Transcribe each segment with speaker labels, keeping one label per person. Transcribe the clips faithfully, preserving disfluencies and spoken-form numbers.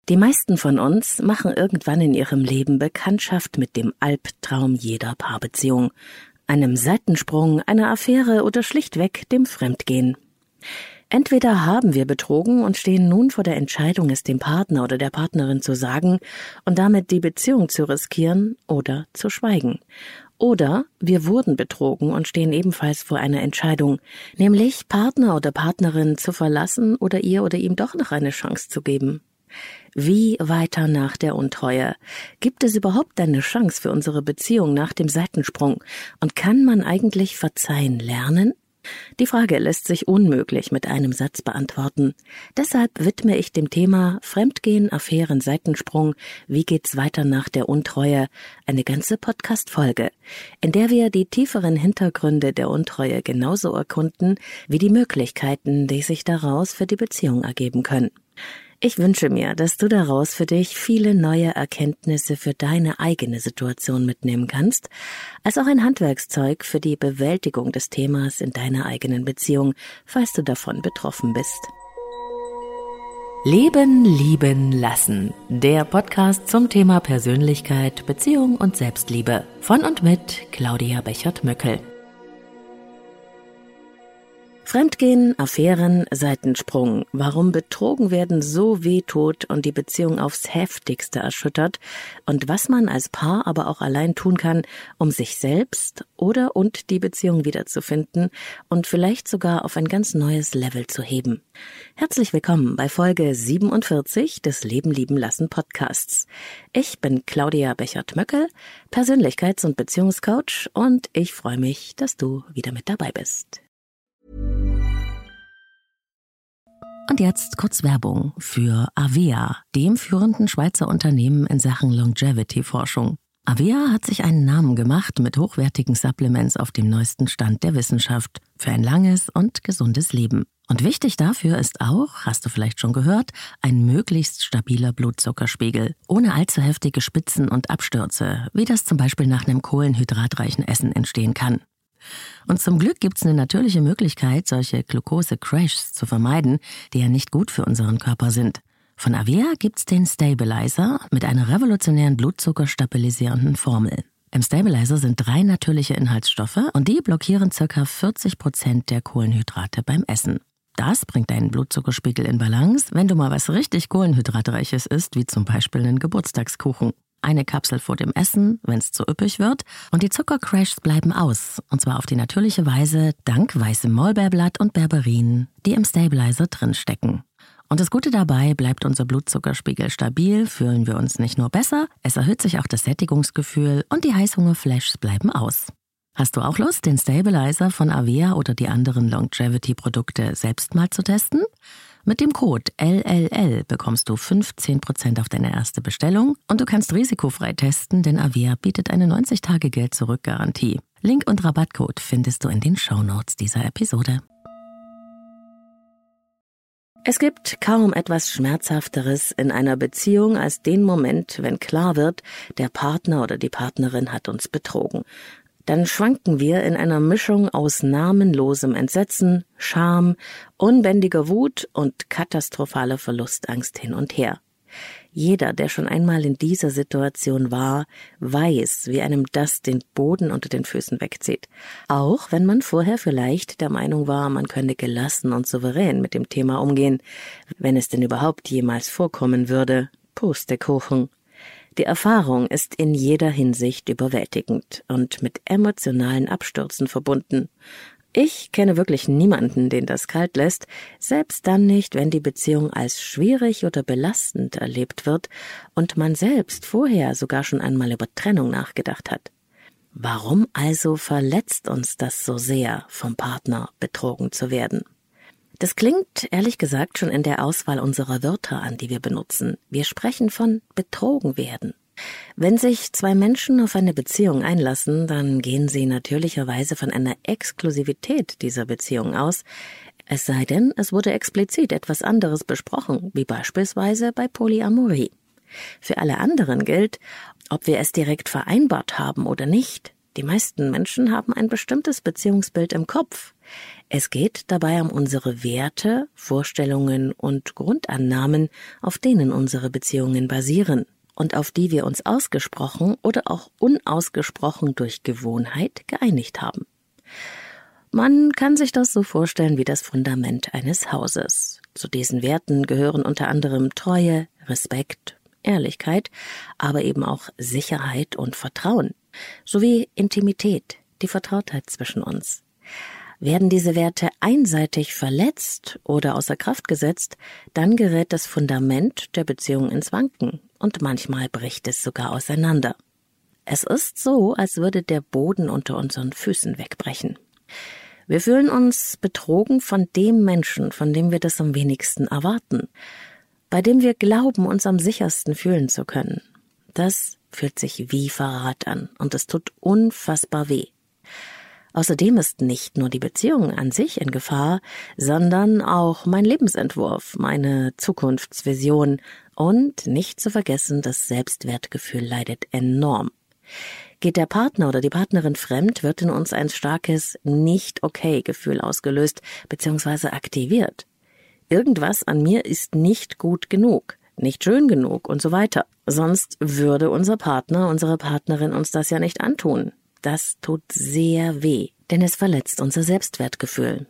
Speaker 1: Die meisten von uns machen irgendwann in ihrem Leben Bekanntschaft mit dem Albtraum jeder Paarbeziehung, einem Seitensprung, einer Affäre oder schlichtweg dem Fremdgehen. Entweder haben wir betrogen und stehen nun vor der Entscheidung, es dem Partner oder der Partnerin zu sagen und damit die Beziehung zu riskieren oder zu schweigen. Oder wir wurden betrogen und stehen ebenfalls vor einer Entscheidung, nämlich Partner oder Partnerin zu verlassen oder ihr oder ihm doch noch eine Chance zu geben. Wie weiter nach der Untreue? Gibt es überhaupt eine Chance für unsere Beziehung nach dem Seitensprung? Und kann man eigentlich verzeihen lernen? Die Frage lässt sich unmöglich mit einem Satz beantworten. Deshalb widme ich dem Thema Fremdgehen, Affären, Seitensprung, wie geht's weiter nach der Untreue, eine ganze Podcast-Folge, in der wir die tieferen Hintergründe der Untreue genauso erkunden, wie die Möglichkeiten, die sich daraus für die Beziehung ergeben können. Ich wünsche mir, dass du daraus für dich viele neue Erkenntnisse für deine eigene Situation mitnehmen kannst, als auch ein Handwerkszeug für die Bewältigung des Themas in deiner eigenen Beziehung, falls du davon betroffen bist. Leben, lieben, lassen. Der Podcast zum Thema Persönlichkeit, Beziehung und Selbstliebe. Von und mit Claudia Bechert-Möckel. Fremdgehen, Affären, Seitensprung. Warum betrogen werden so wehtut und die Beziehung aufs Heftigste erschüttert und was man als Paar aber auch allein tun kann, um sich selbst oder und die Beziehung wiederzufinden und vielleicht sogar auf ein ganz neues Level zu heben. Herzlich willkommen bei Folge siebenundvierzig des Leben lieben lassen Podcasts. Ich bin Claudia Bechert-Möckel, Persönlichkeits- und Beziehungscoach und ich freue mich, dass du wieder mit dabei bist. Und jetzt kurz Werbung für Avea, dem führenden Schweizer Unternehmen in Sachen Longevity-Forschung. Avea hat sich einen Namen gemacht mit hochwertigen Supplements auf dem neuesten Stand der Wissenschaft für ein langes und gesundes Leben. Und wichtig dafür ist auch, hast du vielleicht schon gehört, ein möglichst stabiler Blutzuckerspiegel, ohne allzu heftige Spitzen und Abstürze, wie das zum Beispiel nach einem kohlenhydratreichen Essen entstehen kann. Und zum Glück gibt's eine natürliche Möglichkeit, solche Glucose-Crashs zu vermeiden, die ja nicht gut für unseren Körper sind. Von Avea gibt's den Stabilizer mit einer revolutionären blutzuckerstabilisierenden Formel. Im Stabilizer sind drei natürliche Inhaltsstoffe und die blockieren ca. vierzig Prozent der Kohlenhydrate beim Essen. Das bringt deinen Blutzuckerspiegel in Balance, wenn du mal was richtig Kohlenhydratreiches isst, wie zum Beispiel einen Geburtstagskuchen. Eine Kapsel vor dem Essen, wenn es zu üppig wird, und die Zuckercrashs bleiben aus, und zwar auf die natürliche Weise dank weißem Maulbeerblatt und Berberin, die im Stabilizer drinstecken. Und das Gute dabei, bleibt unser Blutzuckerspiegel stabil, fühlen wir uns nicht nur besser, es erhöht sich auch das Sättigungsgefühl und die Heißhungerflashs bleiben aus. Hast du auch Lust, den Stabilizer von Avea oder die anderen Longevity-Produkte selbst mal zu testen? Mit dem Code L L L bekommst du fünfzehn Prozent auf deine erste Bestellung und du kannst risikofrei testen, denn Avea bietet eine neunzig Tage Geld-Zurück-Garantie. Link und Rabattcode findest du in den Shownotes dieser Episode. Es gibt kaum etwas Schmerzhafteres in einer Beziehung als den Moment, wenn klar wird, der Partner oder die Partnerin hat uns betrogen. Dann schwanken wir in einer Mischung aus namenlosem Entsetzen, Scham, unbändiger Wut und katastrophaler Verlustangst hin und her. Jeder, der schon einmal in dieser Situation war, weiß, wie einem das den Boden unter den Füßen wegzieht. Auch wenn man vorher vielleicht der Meinung war, man könne gelassen und souverän mit dem Thema umgehen, wenn es denn überhaupt jemals vorkommen würde. Pustekuchen. Die Erfahrung ist in jeder Hinsicht überwältigend und mit emotionalen Abstürzen verbunden. Ich kenne wirklich niemanden, den das kalt lässt, selbst dann nicht, wenn die Beziehung als schwierig oder belastend erlebt wird und man selbst vorher sogar schon einmal über Trennung nachgedacht hat. Warum also verletzt uns das so sehr, vom Partner betrogen zu werden? Das klingt, ehrlich gesagt, schon in der Auswahl unserer Wörter an, die wir benutzen. Wir sprechen von betrogen werden. Wenn sich zwei Menschen auf eine Beziehung einlassen, dann gehen sie natürlicherweise von einer Exklusivität dieser Beziehung aus, es sei denn, es wurde explizit etwas anderes besprochen, wie beispielsweise bei Polyamorie. Für alle anderen gilt, ob wir es direkt vereinbart haben oder nicht. Die meisten Menschen haben ein bestimmtes Beziehungsbild im Kopf. Es geht dabei um unsere Werte, Vorstellungen und Grundannahmen, auf denen unsere Beziehungen basieren und auf die wir uns ausgesprochen oder auch unausgesprochen durch Gewohnheit geeinigt haben. Man kann sich das so vorstellen wie das Fundament eines Hauses. Zu diesen Werten gehören unter anderem Treue, Respekt, Ehrlichkeit, aber eben auch Sicherheit und Vertrauen, sowie Intimität, die Vertrautheit zwischen uns. Werden diese Werte einseitig verletzt oder außer Kraft gesetzt, dann gerät das Fundament der Beziehung ins Wanken und manchmal bricht es sogar auseinander. Es ist so, als würde der Boden unter unseren Füßen wegbrechen. Wir fühlen uns betrogen von dem Menschen, von dem wir das am wenigsten erwarten, bei dem wir glauben, uns am sichersten fühlen zu können. Das fühlt sich wie Verrat an und es tut unfassbar weh. Außerdem ist nicht nur die Beziehung an sich in Gefahr, sondern auch mein Lebensentwurf, meine Zukunftsvision und nicht zu vergessen, das Selbstwertgefühl leidet enorm. Geht der Partner oder die Partnerin fremd, wird in uns ein starkes Nicht-Okay-Gefühl ausgelöst bzw. aktiviert. Irgendwas an mir ist nicht gut genug, nicht schön genug und so weiter. Sonst würde unser Partner, unsere Partnerin uns das ja nicht antun. Das tut sehr weh, denn es verletzt unser Selbstwertgefühl.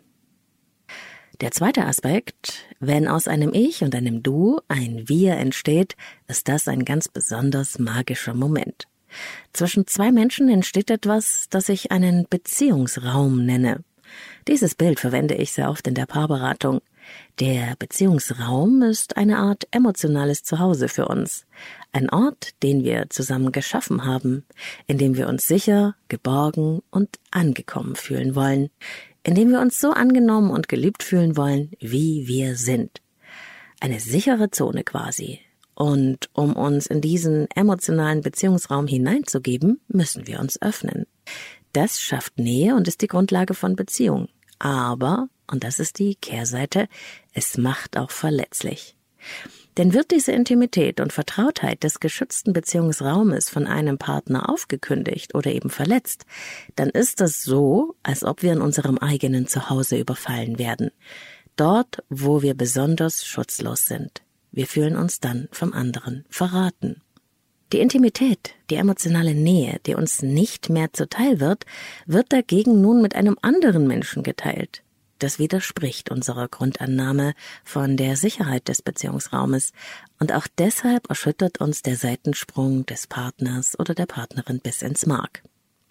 Speaker 1: Der zweite Aspekt, wenn aus einem Ich und einem Du ein Wir entsteht, ist das ein ganz besonders magischer Moment. Zwischen zwei Menschen entsteht etwas, das ich einen Beziehungsraum nenne. Dieses Bild verwende ich sehr oft in der Paarberatung. Der Beziehungsraum ist eine Art emotionales Zuhause für uns. Ein Ort, den wir zusammen geschaffen haben, in dem wir uns sicher, geborgen und angekommen fühlen wollen, in dem wir uns so angenommen und geliebt fühlen wollen, wie wir sind. Eine sichere Zone quasi. Und um uns in diesen emotionalen Beziehungsraum hineinzugeben, müssen wir uns öffnen. Das schafft Nähe und ist die Grundlage von Beziehung. Aber, und das ist die Kehrseite, es macht auch verletzlich. Denn wird diese Intimität und Vertrautheit des geschützten Beziehungsraumes von einem Partner aufgekündigt oder eben verletzt, dann ist das so, als ob wir in unserem eigenen Zuhause überfallen werden. Dort, wo wir besonders schutzlos sind. Wir fühlen uns dann vom anderen verraten. Die Intimität, die emotionale Nähe, die uns nicht mehr zuteil wird, wird dagegen nun mit einem anderen Menschen geteilt. Das widerspricht unserer Grundannahme von der Sicherheit des Beziehungsraumes und auch deshalb erschüttert uns der Seitensprung des Partners oder der Partnerin bis ins Mark.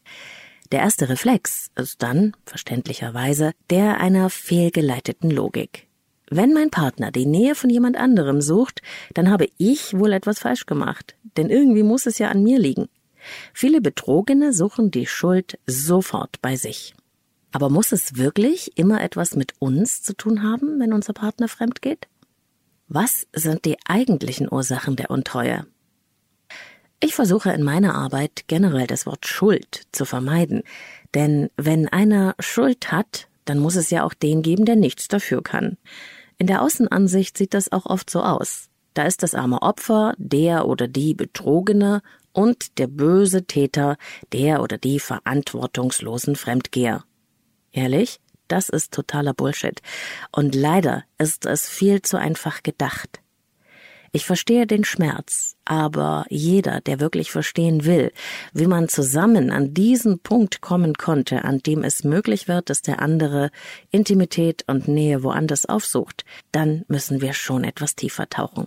Speaker 1: Der erste Reflex ist dann, verständlicherweise, der einer fehlgeleiteten Logik. Wenn mein Partner die Nähe von jemand anderem sucht, dann habe ich wohl etwas falsch gemacht, denn irgendwie muss es ja an mir liegen. Viele Betrogene suchen die Schuld sofort bei sich. Aber muss es wirklich immer etwas mit uns zu tun haben, wenn unser Partner fremd geht? Was sind die eigentlichen Ursachen der Untreue? Ich versuche in meiner Arbeit generell das Wort Schuld zu vermeiden, denn wenn einer Schuld hat, dann muss es ja auch den geben, der nichts dafür kann. In der Außenansicht sieht das auch oft so aus. Da ist das arme Opfer, der oder die Betrogene und der böse Täter, der oder die verantwortungslosen Fremdgeher. Ehrlich, das ist totaler Bullshit. Und leider ist es viel zu einfach gedacht. Ich verstehe den Schmerz, aber jeder, der wirklich verstehen will, wie man zusammen an diesen Punkt kommen konnte, an dem es möglich wird, dass der andere Intimität und Nähe woanders aufsucht, dann müssen wir schon etwas tiefer tauchen.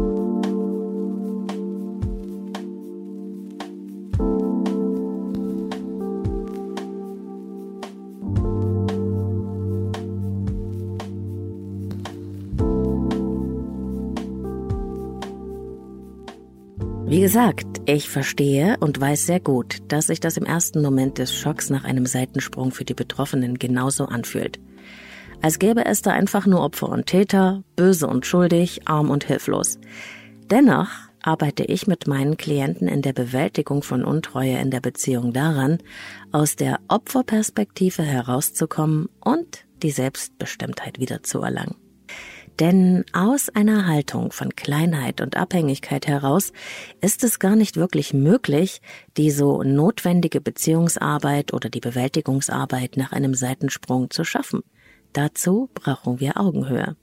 Speaker 1: Wie gesagt, ich verstehe und weiß sehr gut, dass sich das im ersten Moment des Schocks nach einem Seitensprung für die Betroffenen genauso anfühlt. Als gäbe es da einfach nur Opfer und Täter, böse und schuldig, arm und hilflos. Dennoch arbeite ich mit meinen Klienten in der Bewältigung von Untreue in der Beziehung daran, aus der Opferperspektive herauszukommen und die Selbstbestimmtheit wieder zu erlangen. Denn aus einer Haltung von Kleinheit und Abhängigkeit heraus ist es gar nicht wirklich möglich, die so notwendige Beziehungsarbeit oder die Bewältigungsarbeit nach einem Seitensprung zu schaffen. Dazu brauchen wir Augenhöhe.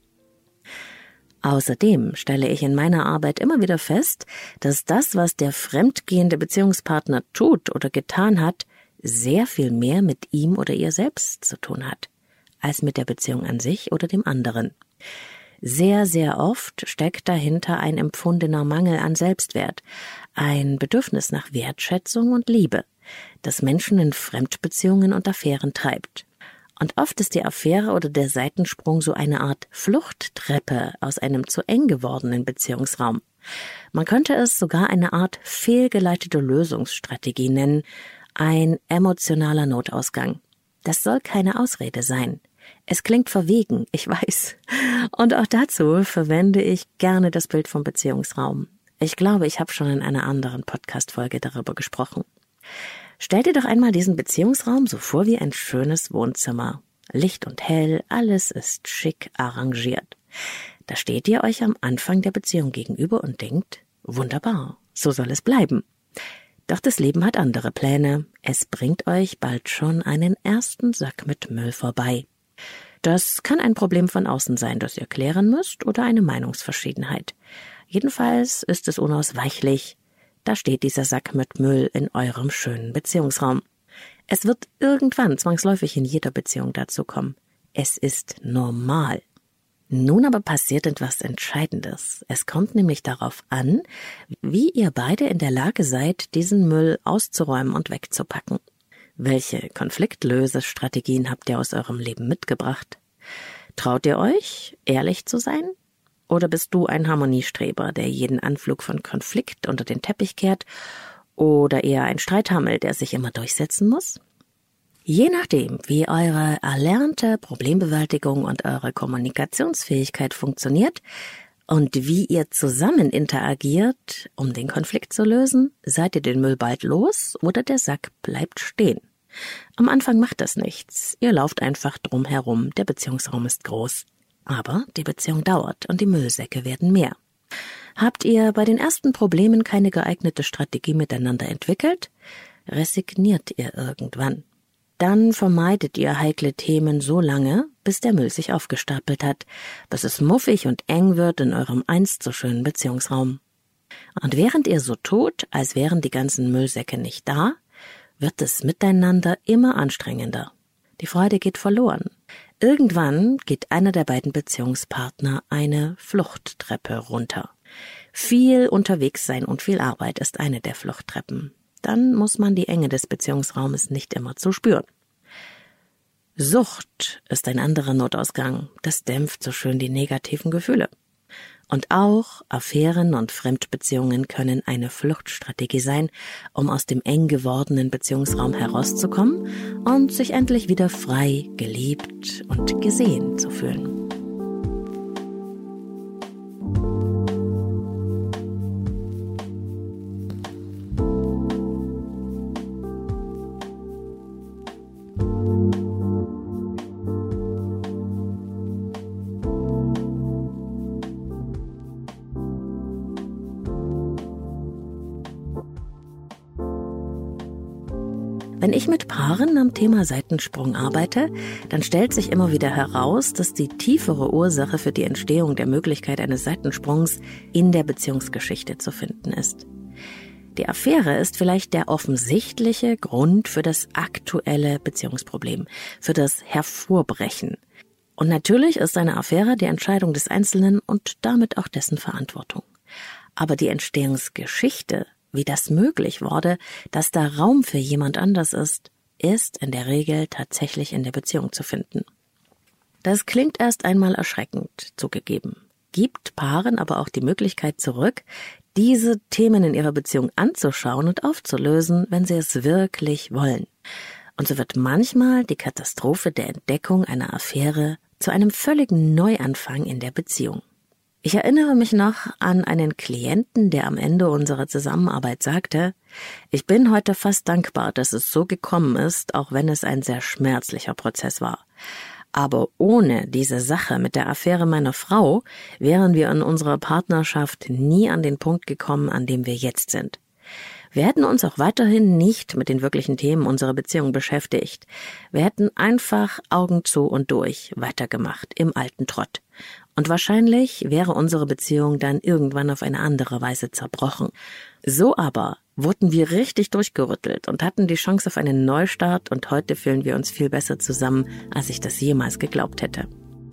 Speaker 1: Außerdem stelle ich in meiner Arbeit immer wieder fest, dass das, was der fremdgehende Beziehungspartner tut oder getan hat, sehr viel mehr mit ihm oder ihr selbst zu tun hat, als mit der Beziehung an sich oder dem anderen. Sehr, sehr oft steckt dahinter ein empfundener Mangel an Selbstwert, ein Bedürfnis nach Wertschätzung und Liebe, das Menschen in Fremdbeziehungen und Affären treibt. Und oft ist die Affäre oder der Seitensprung so eine Art Fluchttreppe aus einem zu eng gewordenen Beziehungsraum. Man könnte es sogar eine Art fehlgeleitete Lösungsstrategie nennen, ein emotionaler Notausgang. Das soll keine Ausrede sein. Es klingt verwegen, ich weiß. Und auch dazu verwende ich gerne das Bild vom Beziehungsraum. Ich glaube, ich habe schon in einer anderen Podcast-Folge darüber gesprochen. Stell dir doch einmal diesen Beziehungsraum so vor wie ein schönes Wohnzimmer. Licht und hell, alles ist schick arrangiert. Da steht ihr euch am Anfang der Beziehung gegenüber und denkt, wunderbar, so soll es bleiben. Doch das Leben hat andere Pläne. Es bringt euch bald schon einen ersten Sack mit Müll vorbei. Das kann ein Problem von außen sein, das ihr klären müsst, oder eine Meinungsverschiedenheit. Jedenfalls ist es unausweichlich. Da steht dieser Sack mit Müll in eurem schönen Beziehungsraum. Es wird irgendwann zwangsläufig in jeder Beziehung dazu kommen. Es ist normal. Nun aber passiert etwas Entscheidendes. Es kommt nämlich darauf an, wie ihr beide in der Lage seid, diesen Müll auszuräumen und wegzupacken. Welche Konfliktlösestrategien habt ihr aus eurem Leben mitgebracht? Traut ihr euch, ehrlich zu sein? Oder bist du ein Harmoniestreber, der jeden Anflug von Konflikt unter den Teppich kehrt? Oder eher ein Streithammel, der sich immer durchsetzen muss? Je nachdem, wie eure erlernte Problembewältigung und eure Kommunikationsfähigkeit funktioniert und wie ihr zusammen interagiert, um den Konflikt zu lösen, seid ihr den Müll bald los oder der Sack bleibt stehen. Am Anfang macht das nichts. Ihr lauft einfach drum herum, der Beziehungsraum ist groß. Aber die Beziehung dauert und die Müllsäcke werden mehr. Habt ihr bei den ersten Problemen keine geeignete Strategie miteinander entwickelt, resigniert ihr irgendwann. Dann vermeidet ihr heikle Themen so lange, bis der Müll sich aufgestapelt hat, bis es muffig und eng wird in eurem einst so schönen Beziehungsraum. Und während ihr so tut, als wären die ganzen Müllsäcke nicht da, wird es miteinander immer anstrengender. Die Freude geht verloren. Irgendwann geht einer der beiden Beziehungspartner eine Fluchttreppe runter. Viel unterwegs sein und viel Arbeit ist eine der Fluchttreppen. Dann muss man die Enge des Beziehungsraumes nicht immer zu spüren. Sucht ist ein anderer Notausgang. Das dämpft so schön die negativen Gefühle. Und auch Affären und Fremdbeziehungen können eine Fluchtstrategie sein, um aus dem eng gewordenen Beziehungsraum herauszukommen und sich endlich wieder frei, geliebt und gesehen zu fühlen. Wenn ich mit Paaren am Thema Seitensprung arbeite, dann stellt sich immer wieder heraus, dass die tiefere Ursache für die Entstehung der Möglichkeit eines Seitensprungs in der Beziehungsgeschichte zu finden ist. Die Affäre ist vielleicht der offensichtliche Grund für das aktuelle Beziehungsproblem, für das Hervorbrechen. Und natürlich ist eine Affäre die Entscheidung des Einzelnen und damit auch dessen Verantwortung. Aber die Entstehungsgeschichte, wie das möglich wurde, dass da Raum für jemand anders ist, ist in der Regel tatsächlich in der Beziehung zu finden. Das klingt erst einmal erschreckend, zugegeben, gibt Paaren aber auch die Möglichkeit zurück, diese Themen in ihrer Beziehung anzuschauen und aufzulösen, wenn sie es wirklich wollen. Und so wird manchmal die Katastrophe der Entdeckung einer Affäre zu einem völligen Neuanfang in der Beziehung. Ich erinnere mich noch an einen Klienten, der am Ende unserer Zusammenarbeit sagte, ich bin heute fast dankbar, dass es so gekommen ist, auch wenn es ein sehr schmerzlicher Prozess war. Aber ohne diese Sache mit der Affäre meiner Frau wären wir in unserer Partnerschaft nie an den Punkt gekommen, an dem wir jetzt sind. Wir hätten uns auch weiterhin nicht mit den wirklichen Themen unserer Beziehung beschäftigt. Wir hätten einfach Augen zu und durch weitergemacht im alten Trott. Und wahrscheinlich wäre unsere Beziehung dann irgendwann auf eine andere Weise zerbrochen. So aber wurden wir richtig durchgerüttelt und hatten die Chance auf einen Neustart, und heute fühlen wir uns viel besser zusammen, als ich das jemals geglaubt hätte.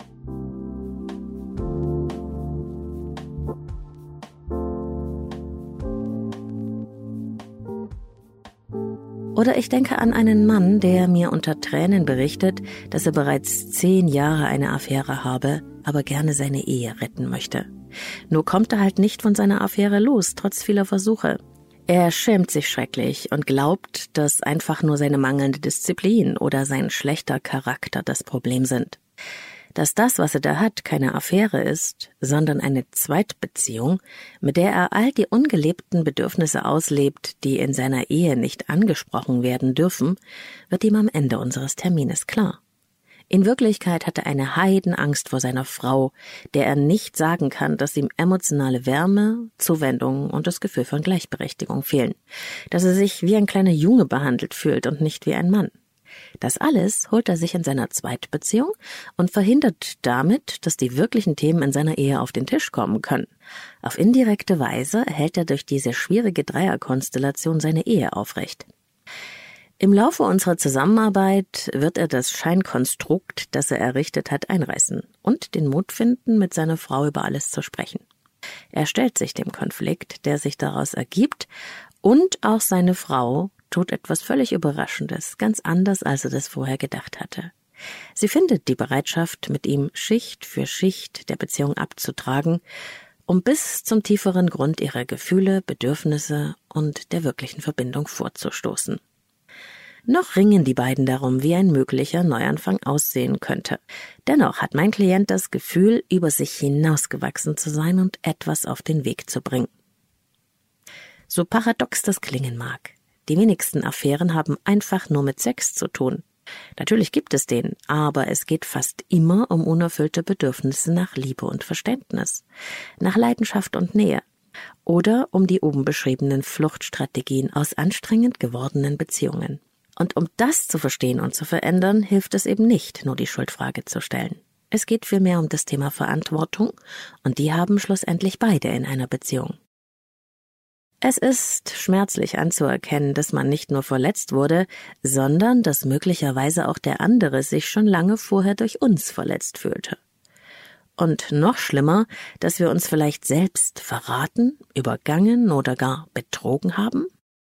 Speaker 1: Oder ich denke an einen Mann, der mir unter Tränen berichtet, dass er bereits zehn Jahre eine Affäre habe, aber gerne seine Ehe retten möchte. Nur kommt er halt nicht von seiner Affäre los, trotz vieler Versuche. Er schämt sich schrecklich und glaubt, dass einfach nur seine mangelnde Disziplin oder sein schlechter Charakter das Problem sind. Dass das, was er da hat, keine Affäre ist, sondern eine Zweitbeziehung, mit der er all die ungelebten Bedürfnisse auslebt, die in seiner Ehe nicht angesprochen werden dürfen, wird ihm am Ende unseres Termines klar. In Wirklichkeit hat er eine Heidenangst vor seiner Frau, der er nicht sagen kann, dass ihm emotionale Wärme, Zuwendung und das Gefühl von Gleichberechtigung fehlen, dass er sich wie ein kleiner Junge behandelt fühlt und nicht wie ein Mann. Das alles holt er sich in seiner Zweitbeziehung und verhindert damit, dass die wirklichen Themen in seiner Ehe auf den Tisch kommen können. Auf indirekte Weise hält er durch diese schwierige Dreierkonstellation seine Ehe aufrecht. Im Laufe unserer Zusammenarbeit wird er das Scheinkonstrukt, das er errichtet hat, einreißen und den Mut finden, mit seiner Frau über alles zu sprechen. Er stellt sich dem Konflikt, der sich daraus ergibt, und auch seine Frau tut etwas völlig Überraschendes, ganz anders, als er das vorher gedacht hatte. Sie findet die Bereitschaft, mit ihm Schicht für Schicht der Beziehung abzutragen, um bis zum tieferen Grund ihrer Gefühle, Bedürfnisse und der wirklichen Verbindung vorzustoßen. Noch ringen die beiden darum, wie ein möglicher Neuanfang aussehen könnte. Dennoch hat mein Klient das Gefühl, über sich hinausgewachsen zu sein und etwas auf den Weg zu bringen. So paradox das klingen mag. Die wenigsten Affären haben einfach nur mit Sex zu tun. Natürlich gibt es den, aber es geht fast immer um unerfüllte Bedürfnisse nach Liebe und Verständnis, nach Leidenschaft und Nähe oder um die oben beschriebenen Fluchtstrategien aus anstrengend gewordenen Beziehungen. Und um das zu verstehen und zu verändern, hilft es eben nicht, nur die Schuldfrage zu stellen. Es geht vielmehr um das Thema Verantwortung, und die haben schlussendlich beide in einer Beziehung. Es ist schmerzlich anzuerkennen, dass man nicht nur verletzt wurde, sondern dass möglicherweise auch der andere sich schon lange vorher durch uns verletzt fühlte. Und noch schlimmer, dass wir uns vielleicht selbst verraten, übergangen oder gar betrogen haben?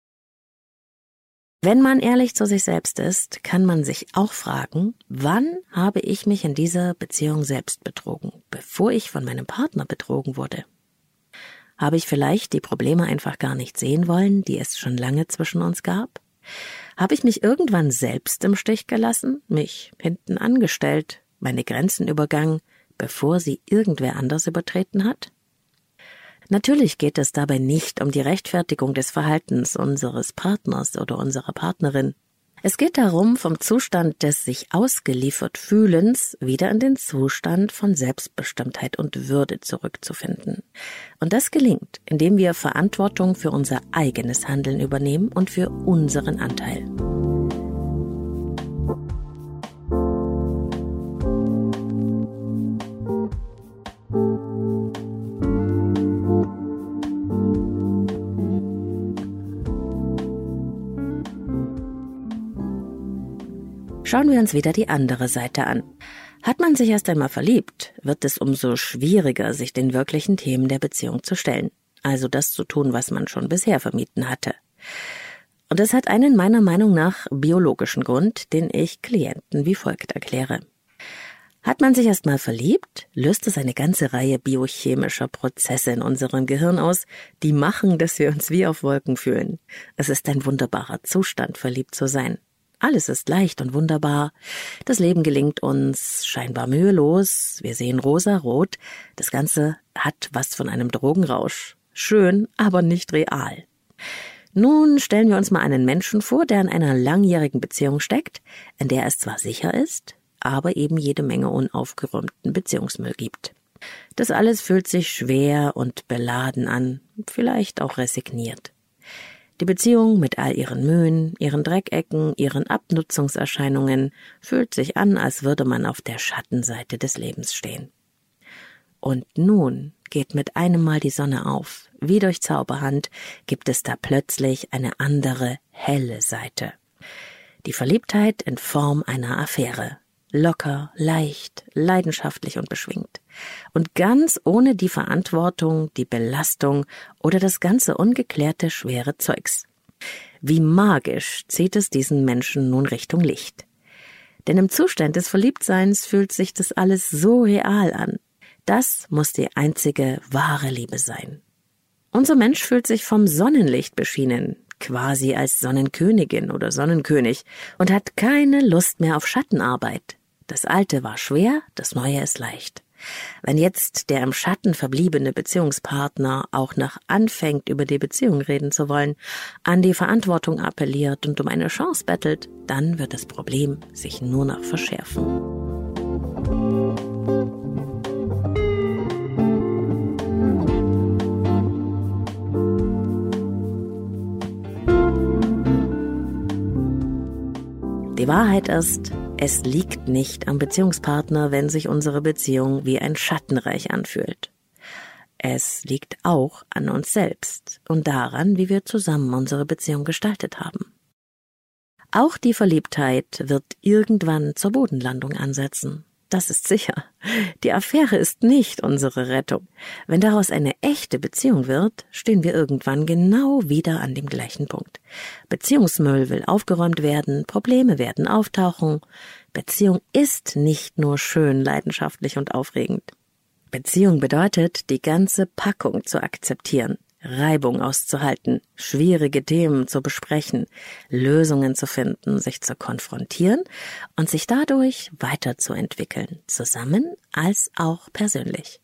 Speaker 1: Wenn man ehrlich zu sich selbst ist, kann man sich auch fragen, wann habe ich mich in dieser Beziehung selbst betrogen, bevor ich von meinem Partner betrogen wurde? Habe ich vielleicht die Probleme einfach gar nicht sehen wollen, die es schon lange zwischen uns gab? Habe ich mich irgendwann selbst im Stich gelassen, mich hinten angestellt, meine Grenzen übergangen, bevor sie irgendwer anders übertreten hat? Natürlich geht es dabei nicht um die Rechtfertigung des Verhaltens unseres Partners oder unserer Partnerin. Es geht darum, vom Zustand des sich ausgeliefert Fühlens wieder in den Zustand von Selbstbestimmtheit und Würde zurückzufinden. Und das gelingt, indem wir Verantwortung für unser eigenes Handeln übernehmen und für unseren Anteil. Schauen wir uns wieder die andere Seite an. Hat man sich erst einmal verliebt, wird es umso schwieriger, sich den wirklichen Themen der Beziehung zu stellen. Also das zu tun, was man schon bisher vermieden hatte. Und es hat einen meiner Meinung nach biologischen Grund, den ich Klienten wie folgt erkläre. Hat man sich erst mal verliebt, löst es eine ganze Reihe biochemischer Prozesse in unserem Gehirn aus, die machen, dass wir uns wie auf Wolken fühlen. Es ist ein wunderbarer Zustand, verliebt zu sein. Alles ist leicht und wunderbar. Das Leben gelingt uns scheinbar mühelos. Wir sehen rosa-rot. Das Ganze hat was von einem Drogenrausch. Schön, aber nicht real. Nun stellen wir uns mal einen Menschen vor, der in einer langjährigen Beziehung steckt, in der es zwar sicher ist, aber eben jede Menge unaufgeräumten Beziehungsmüll gibt. Das alles fühlt sich schwer und beladen an, vielleicht auch resigniert. Die Beziehung mit all ihren Mühen, ihren Dreckecken, ihren Abnutzungserscheinungen fühlt sich an, als würde man auf der Schattenseite des Lebens stehen. Und nun geht mit einem Mal die Sonne auf. Wie durch Zauberhand gibt es da plötzlich eine andere, helle Seite. Die Verliebtheit in Form einer Affäre. Locker, leicht, leidenschaftlich und beschwingt. Und ganz ohne die Verantwortung, die Belastung oder das ganze ungeklärte, schwere Zeugs. Wie magisch zieht es diesen Menschen nun Richtung Licht. Denn im Zustand des Verliebtseins fühlt sich das alles so real an. Das muss die einzige wahre Liebe sein. Unser Mensch fühlt sich vom Sonnenlicht beschienen, quasi als Sonnenkönigin oder Sonnenkönig, und hat keine Lust mehr auf Schattenarbeit. Das Alte war schwer, das Neue ist leicht. Wenn jetzt der im Schatten verbliebene Beziehungspartner auch noch anfängt, über die Beziehung reden zu wollen, an die Verantwortung appelliert und um eine Chance bettelt, dann wird das Problem sich nur noch verschärfen. Die Wahrheit ist, es liegt nicht am Beziehungspartner, wenn sich unsere Beziehung wie ein Schattenreich anfühlt. Es liegt auch an uns selbst und daran, wie wir zusammen unsere Beziehung gestaltet haben. Auch die Verliebtheit wird irgendwann zur Bodenlandung ansetzen. Das ist sicher. Die Affäre ist nicht unsere Rettung. Wenn daraus eine echte Beziehung wird, stehen wir irgendwann genau wieder an dem gleichen Punkt. Beziehungsmüll will aufgeräumt werden, Probleme werden auftauchen. Beziehung ist nicht nur schön, leidenschaftlich und aufregend. Beziehung bedeutet, die ganze Packung zu akzeptieren, Reibung auszuhalten, schwierige Themen zu besprechen, Lösungen zu finden, sich zu konfrontieren und sich dadurch weiterzuentwickeln, zusammen als auch persönlich.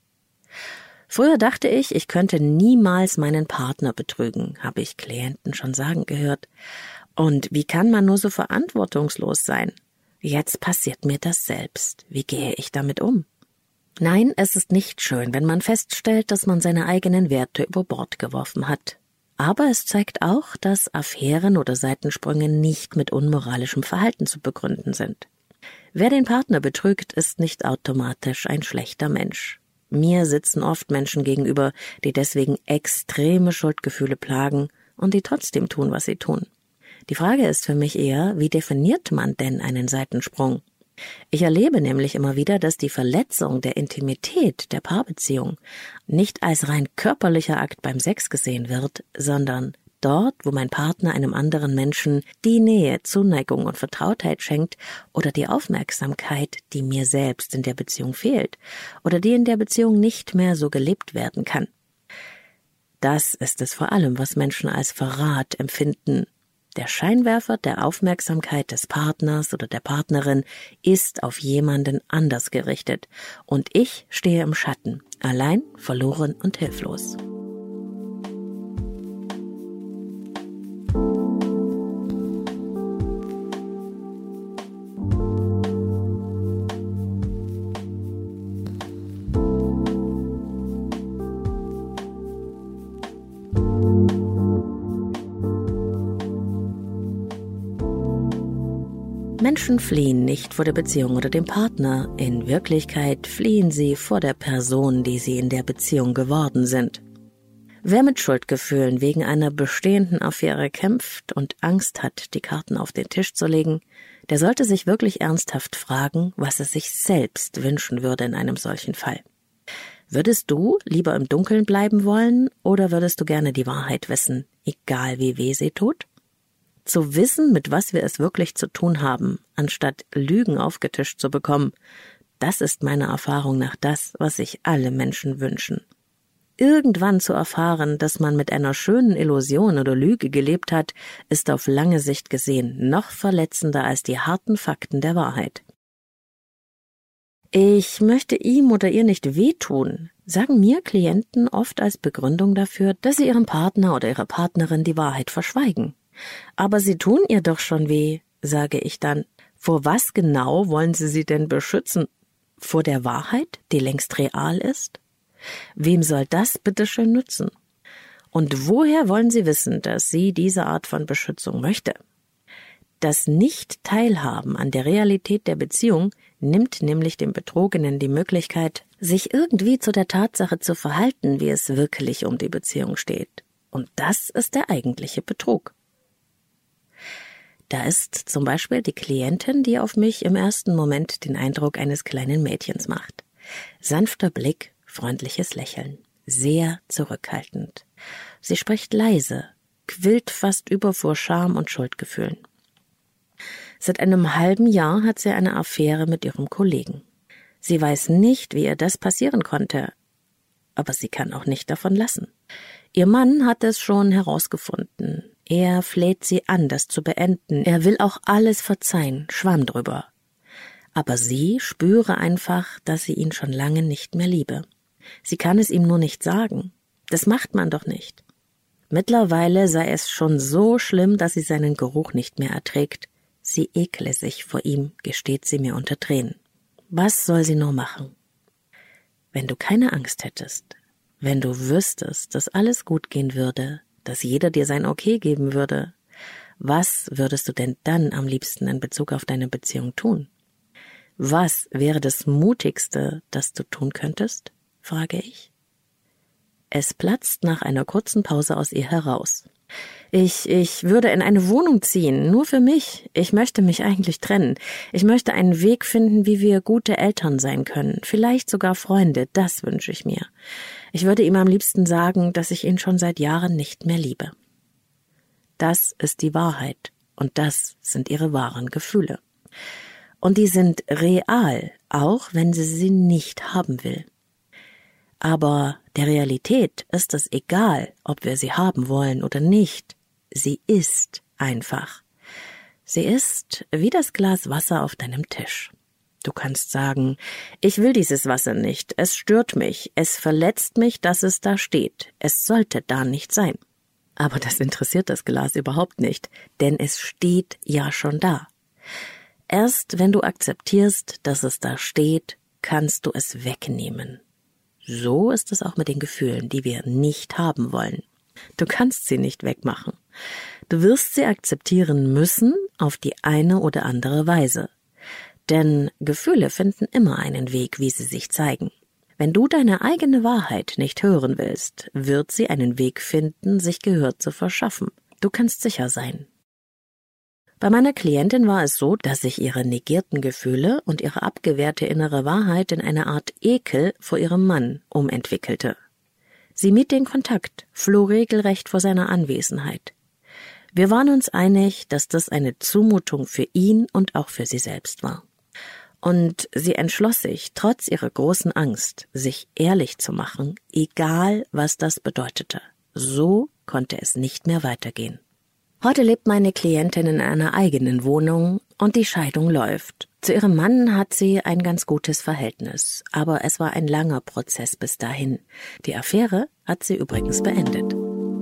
Speaker 1: Früher dachte ich, ich könnte niemals meinen Partner betrügen, habe ich Klienten schon sagen gehört. Und wie kann man nur so verantwortungslos sein? Jetzt passiert mir das selbst. Wie gehe ich damit um? Nein, es ist nicht schön, wenn man feststellt, dass man seine eigenen Werte über Bord geworfen hat. Aber es zeigt auch, dass Affären oder Seitensprünge nicht mit unmoralischem Verhalten zu begründen sind. Wer den Partner betrügt, ist nicht automatisch ein schlechter Mensch. Mir sitzen oft Menschen gegenüber, die deswegen extreme Schuldgefühle plagen und die trotzdem tun, was sie tun. Die Frage ist für mich eher, wie definiert man denn einen Seitensprung? Ich erlebe nämlich immer wieder, dass die Verletzung der Intimität der Paarbeziehung nicht als rein körperlicher Akt beim Sex gesehen wird, sondern dort, wo mein Partner einem anderen Menschen die Nähe, Zuneigung und Vertrautheit schenkt oder die Aufmerksamkeit, die mir selbst in der Beziehung fehlt oder die in der Beziehung nicht mehr so gelebt werden kann. Das ist es vor allem, was Menschen als Verrat empfinden. Der Scheinwerfer der Aufmerksamkeit des Partners oder der Partnerin ist auf jemanden anders gerichtet und ich stehe im Schatten, allein, verloren und hilflos. Menschen fliehen nicht vor der Beziehung oder dem Partner. In Wirklichkeit fliehen sie vor der Person, die sie in der Beziehung geworden sind. Wer mit Schuldgefühlen wegen einer bestehenden Affäre kämpft und Angst hat, die Karten auf den Tisch zu legen, der sollte sich wirklich ernsthaft fragen, was er sich selbst wünschen würde in einem solchen Fall. Würdest du lieber im Dunkeln bleiben wollen oder würdest du gerne die Wahrheit wissen, egal wie weh sie tut? Zu wissen, mit was wir es wirklich zu tun haben, anstatt Lügen aufgetischt zu bekommen, das ist meiner Erfahrung nach das, was sich alle Menschen wünschen. Irgendwann zu erfahren, dass man mit einer schönen Illusion oder Lüge gelebt hat, ist auf lange Sicht gesehen noch verletzender als die harten Fakten der Wahrheit. Ich möchte ihm oder ihr nicht wehtun, sagen mir Klienten oft als Begründung dafür, dass sie ihrem Partner oder ihrer Partnerin die Wahrheit verschweigen. Aber sie tun ihr doch schon weh, sage ich dann. Vor was genau wollen sie sie denn beschützen? Vor der Wahrheit, die längst real ist? Wem soll das bitteschön nützen? Und woher wollen Sie wissen, dass sie diese Art von Beschützung möchte? Das Nicht-Teilhaben an der Realität der Beziehung nimmt nämlich dem Betrogenen die Möglichkeit, sich irgendwie zu der Tatsache zu verhalten, wie es wirklich um die Beziehung steht. Und das ist der eigentliche Betrug. Da ist zum Beispiel die Klientin, die auf mich im ersten Moment den Eindruck eines kleinen Mädchens macht. Sanfter Blick, freundliches Lächeln, sehr zurückhaltend. Sie spricht leise, quillt fast über vor Scham und Schuldgefühlen. Seit einem halben Jahr hat sie eine Affäre mit ihrem Kollegen. Sie weiß nicht, wie ihr das passieren konnte, aber sie kann auch nicht davon lassen. Ihr Mann hat es schon herausgefunden. Er fleht sie an, das zu beenden. Er will auch alles verzeihen, schwamm drüber. Aber sie spüre einfach, dass sie ihn schon lange nicht mehr liebe. Sie kann es ihm nur nicht sagen. Das macht man doch nicht. Mittlerweile sei es schon so schlimm, dass sie seinen Geruch nicht mehr erträgt. Sie ekle sich vor ihm, gesteht sie mir unter Tränen. Was soll sie nur machen? Wenn du keine Angst hättest, wenn du wüsstest, dass alles gut gehen würde, dass jeder dir sein Okay geben würde, was würdest du denn dann am liebsten in Bezug auf deine Beziehung tun? Was wäre das Mutigste, das du tun könntest? Frage ich. Es platzt nach einer kurzen Pause aus ihr heraus. Ich, ich würde in eine Wohnung ziehen, nur für mich. Ich möchte mich eigentlich trennen. Ich möchte einen Weg finden, wie wir gute Eltern sein können. Vielleicht sogar Freunde, das wünsche ich mir. Ich würde ihm am liebsten sagen, dass ich ihn schon seit Jahren nicht mehr liebe. Das ist die Wahrheit und das sind ihre wahren Gefühle. Und die sind real, auch wenn sie sie nicht haben will. Aber der Realität ist es egal, ob wir sie haben wollen oder nicht. Sie ist einfach. Sie ist wie das Glas Wasser auf deinem Tisch. Du kannst sagen, ich will dieses Wasser nicht, es stört mich, es verletzt mich, dass es da steht, es sollte da nicht sein. Aber das interessiert das Glas überhaupt nicht, denn es steht ja schon da. Erst wenn du akzeptierst, dass es da steht, kannst du es wegnehmen. So ist es auch mit den Gefühlen, die wir nicht haben wollen. Du kannst sie nicht wegmachen. Du wirst sie akzeptieren müssen auf die eine oder andere Weise. Denn Gefühle finden immer einen Weg, wie sie sich zeigen. Wenn du deine eigene Wahrheit nicht hören willst, wird sie einen Weg finden, sich Gehör zu verschaffen. Du kannst sicher sein. Bei meiner Klientin war es so, dass sich ihre negierten Gefühle und ihre abgewehrte innere Wahrheit in eine Art Ekel vor ihrem Mann umentwickelte. Sie mied den Kontakt, floh regelrecht vor seiner Anwesenheit. Wir waren uns einig, dass das eine Zumutung für ihn und auch für sie selbst war. Und sie entschloss sich, trotz ihrer großen Angst, sich ehrlich zu machen, egal was das bedeutete. So konnte es nicht mehr weitergehen. Heute lebt meine Klientin in einer eigenen Wohnung und die Scheidung läuft. Zu ihrem Mann hat sie ein ganz gutes Verhältnis, aber es war ein langer Prozess bis dahin. Die Affäre hat sie übrigens beendet.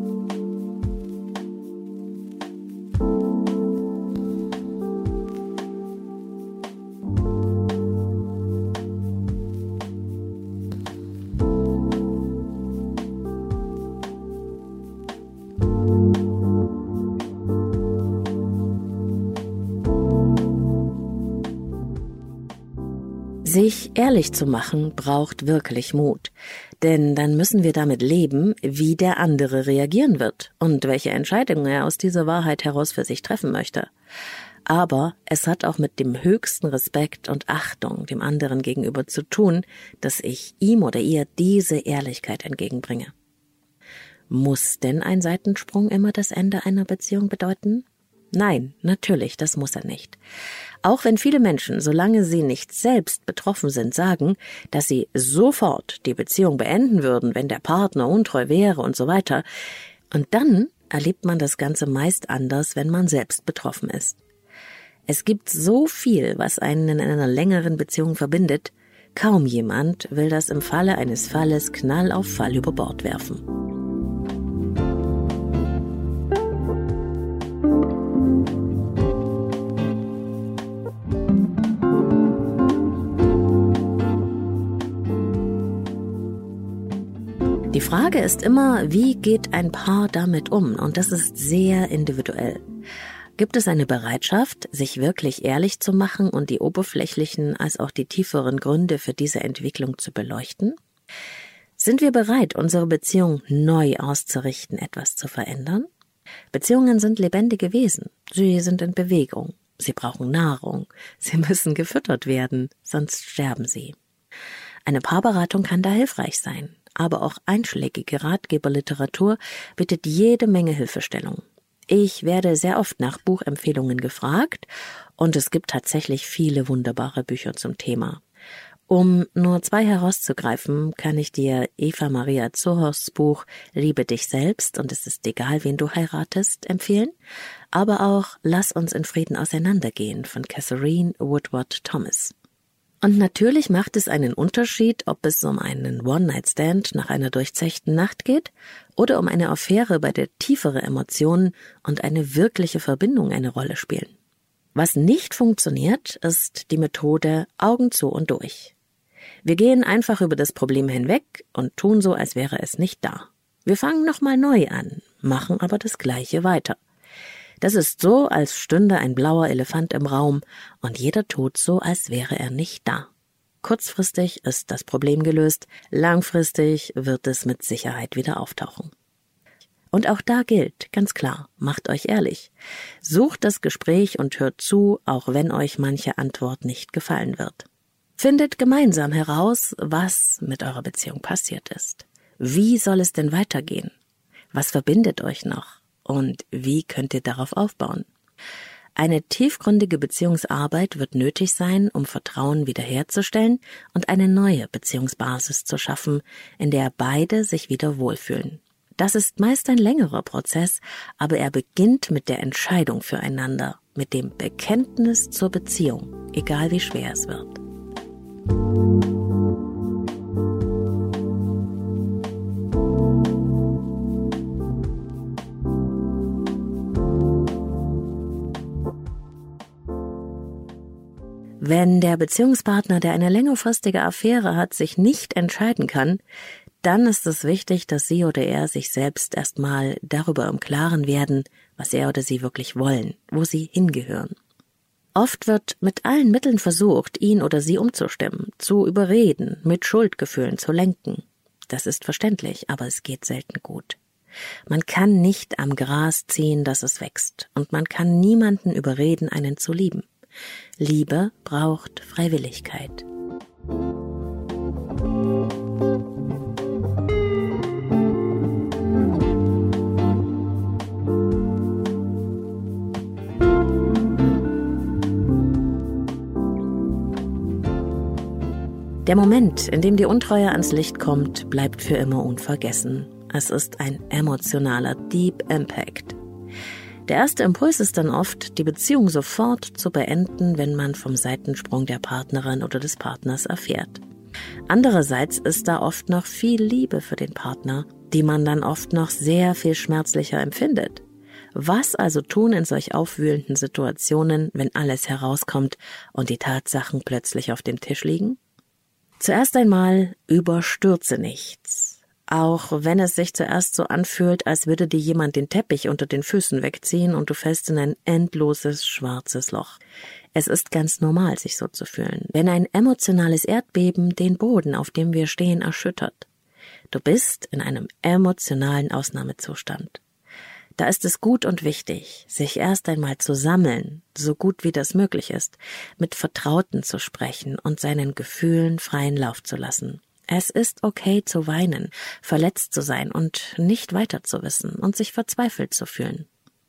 Speaker 1: Sich ehrlich zu machen, braucht wirklich Mut, denn dann müssen wir damit leben, wie der andere reagieren wird und welche Entscheidungen er aus dieser Wahrheit heraus für sich treffen möchte. Aber es hat auch mit dem höchsten Respekt und Achtung dem anderen gegenüber zu tun, dass ich ihm oder ihr diese Ehrlichkeit entgegenbringe. Muss denn ein Seitensprung immer das Ende einer Beziehung bedeuten? Nein, natürlich, das muss er nicht. Auch wenn viele Menschen, solange sie nicht selbst betroffen sind, sagen, dass sie sofort die Beziehung beenden würden, wenn der Partner untreu wäre und so weiter. Und dann erlebt man das Ganze meist anders, wenn man selbst betroffen ist. Es gibt so viel, was einen in einer längeren Beziehung verbindet. Kaum jemand will das im Falle eines Falles Knall auf Fall über Bord werfen. Die Frage ist immer, wie geht ein Paar damit um? Und das ist sehr individuell. Gibt es eine Bereitschaft, sich wirklich ehrlich zu machen und die oberflächlichen als auch die tieferen Gründe für diese Entwicklung zu beleuchten? Sind wir bereit, unsere Beziehung neu auszurichten, etwas zu verändern? Beziehungen sind lebendige Wesen. Sie sind in Bewegung. Sie brauchen Nahrung. Sie müssen gefüttert werden, sonst sterben sie. Eine Paarberatung kann da hilfreich sein, aber auch einschlägige Ratgeberliteratur bietet jede Menge Hilfestellung. Ich werde sehr oft nach Buchempfehlungen gefragt und es gibt tatsächlich viele wunderbare Bücher zum Thema. Um nur zwei herauszugreifen, kann ich dir Eva Maria Zuhorsts Buch Liebe dich selbst und es ist egal, wen du heiratest, empfehlen, aber auch Lass uns in Frieden auseinandergehen von Catherine Woodward Thomas. Und natürlich macht es einen Unterschied, ob es um einen One-Night-Stand nach einer durchzechten Nacht geht oder um eine Affäre, bei der tiefere Emotionen und eine wirkliche Verbindung eine Rolle spielen. Was nicht funktioniert, ist die Methode Augen zu und durch. Wir gehen einfach über das Problem hinweg und tun so, als wäre es nicht da. Wir fangen nochmal neu an, machen aber das Gleiche weiter. Das ist so, als stünde ein blauer Elefant im Raum und jeder tut so, als wäre er nicht da. Kurzfristig ist das Problem gelöst, langfristig wird es mit Sicherheit wieder auftauchen. Und auch da gilt, ganz klar, macht euch ehrlich. Sucht das Gespräch und hört zu, auch wenn euch manche Antwort nicht gefallen wird. Findet gemeinsam heraus, was mit eurer Beziehung passiert ist. Wie soll es denn weitergehen? Was verbindet euch noch? Und wie könnt ihr darauf aufbauen? Eine tiefgründige Beziehungsarbeit wird nötig sein, um Vertrauen wiederherzustellen und eine neue Beziehungsbasis zu schaffen, in der beide sich wieder wohlfühlen. Das ist meist ein längerer Prozess, aber er beginnt mit der Entscheidung füreinander, mit dem Bekenntnis zur Beziehung, egal wie schwer es wird. Wenn der Beziehungspartner, der eine längerfristige Affäre hat, sich nicht entscheiden kann, dann ist es wichtig, dass sie oder er sich selbst erstmal darüber im Klaren werden, was er oder sie wirklich wollen, wo sie hingehören. Oft wird mit allen Mitteln versucht, ihn oder sie umzustimmen, zu überreden, mit Schuldgefühlen zu lenken. Das ist verständlich, aber es geht selten gut. Man kann nicht am Gras ziehen, dass es wächst, und man kann niemanden überreden, einen zu lieben. Liebe braucht Freiwilligkeit. Der Moment, in dem die Untreue ans Licht kommt, bleibt für immer unvergessen. Es ist ein emotionaler Deep Impact. Der erste Impuls ist dann oft, die Beziehung sofort zu beenden, wenn man vom Seitensprung der Partnerin oder des Partners erfährt. Andererseits ist da oft noch viel Liebe für den Partner, die man dann oft noch sehr viel schmerzlicher empfindet. Was also tun in solch aufwühlenden Situationen, wenn alles herauskommt und die Tatsachen plötzlich auf dem Tisch liegen? Zuerst einmal überstürze nichts. Auch wenn es sich zuerst so anfühlt, als würde dir jemand den Teppich unter den Füßen wegziehen und du fällst in ein endloses, schwarzes Loch. Es ist ganz normal, sich so zu fühlen, wenn ein emotionales Erdbeben den Boden, auf dem wir stehen, erschüttert. Du bist in einem emotionalen Ausnahmezustand. Da ist es gut und wichtig, sich erst einmal zu sammeln, so gut wie das möglich ist, mit Vertrauten zu sprechen und seinen Gefühlen freien Lauf zu lassen. Es ist okay zu weinen, verletzt zu sein und nicht weiter zu wissen und sich verzweifelt zu fühlen.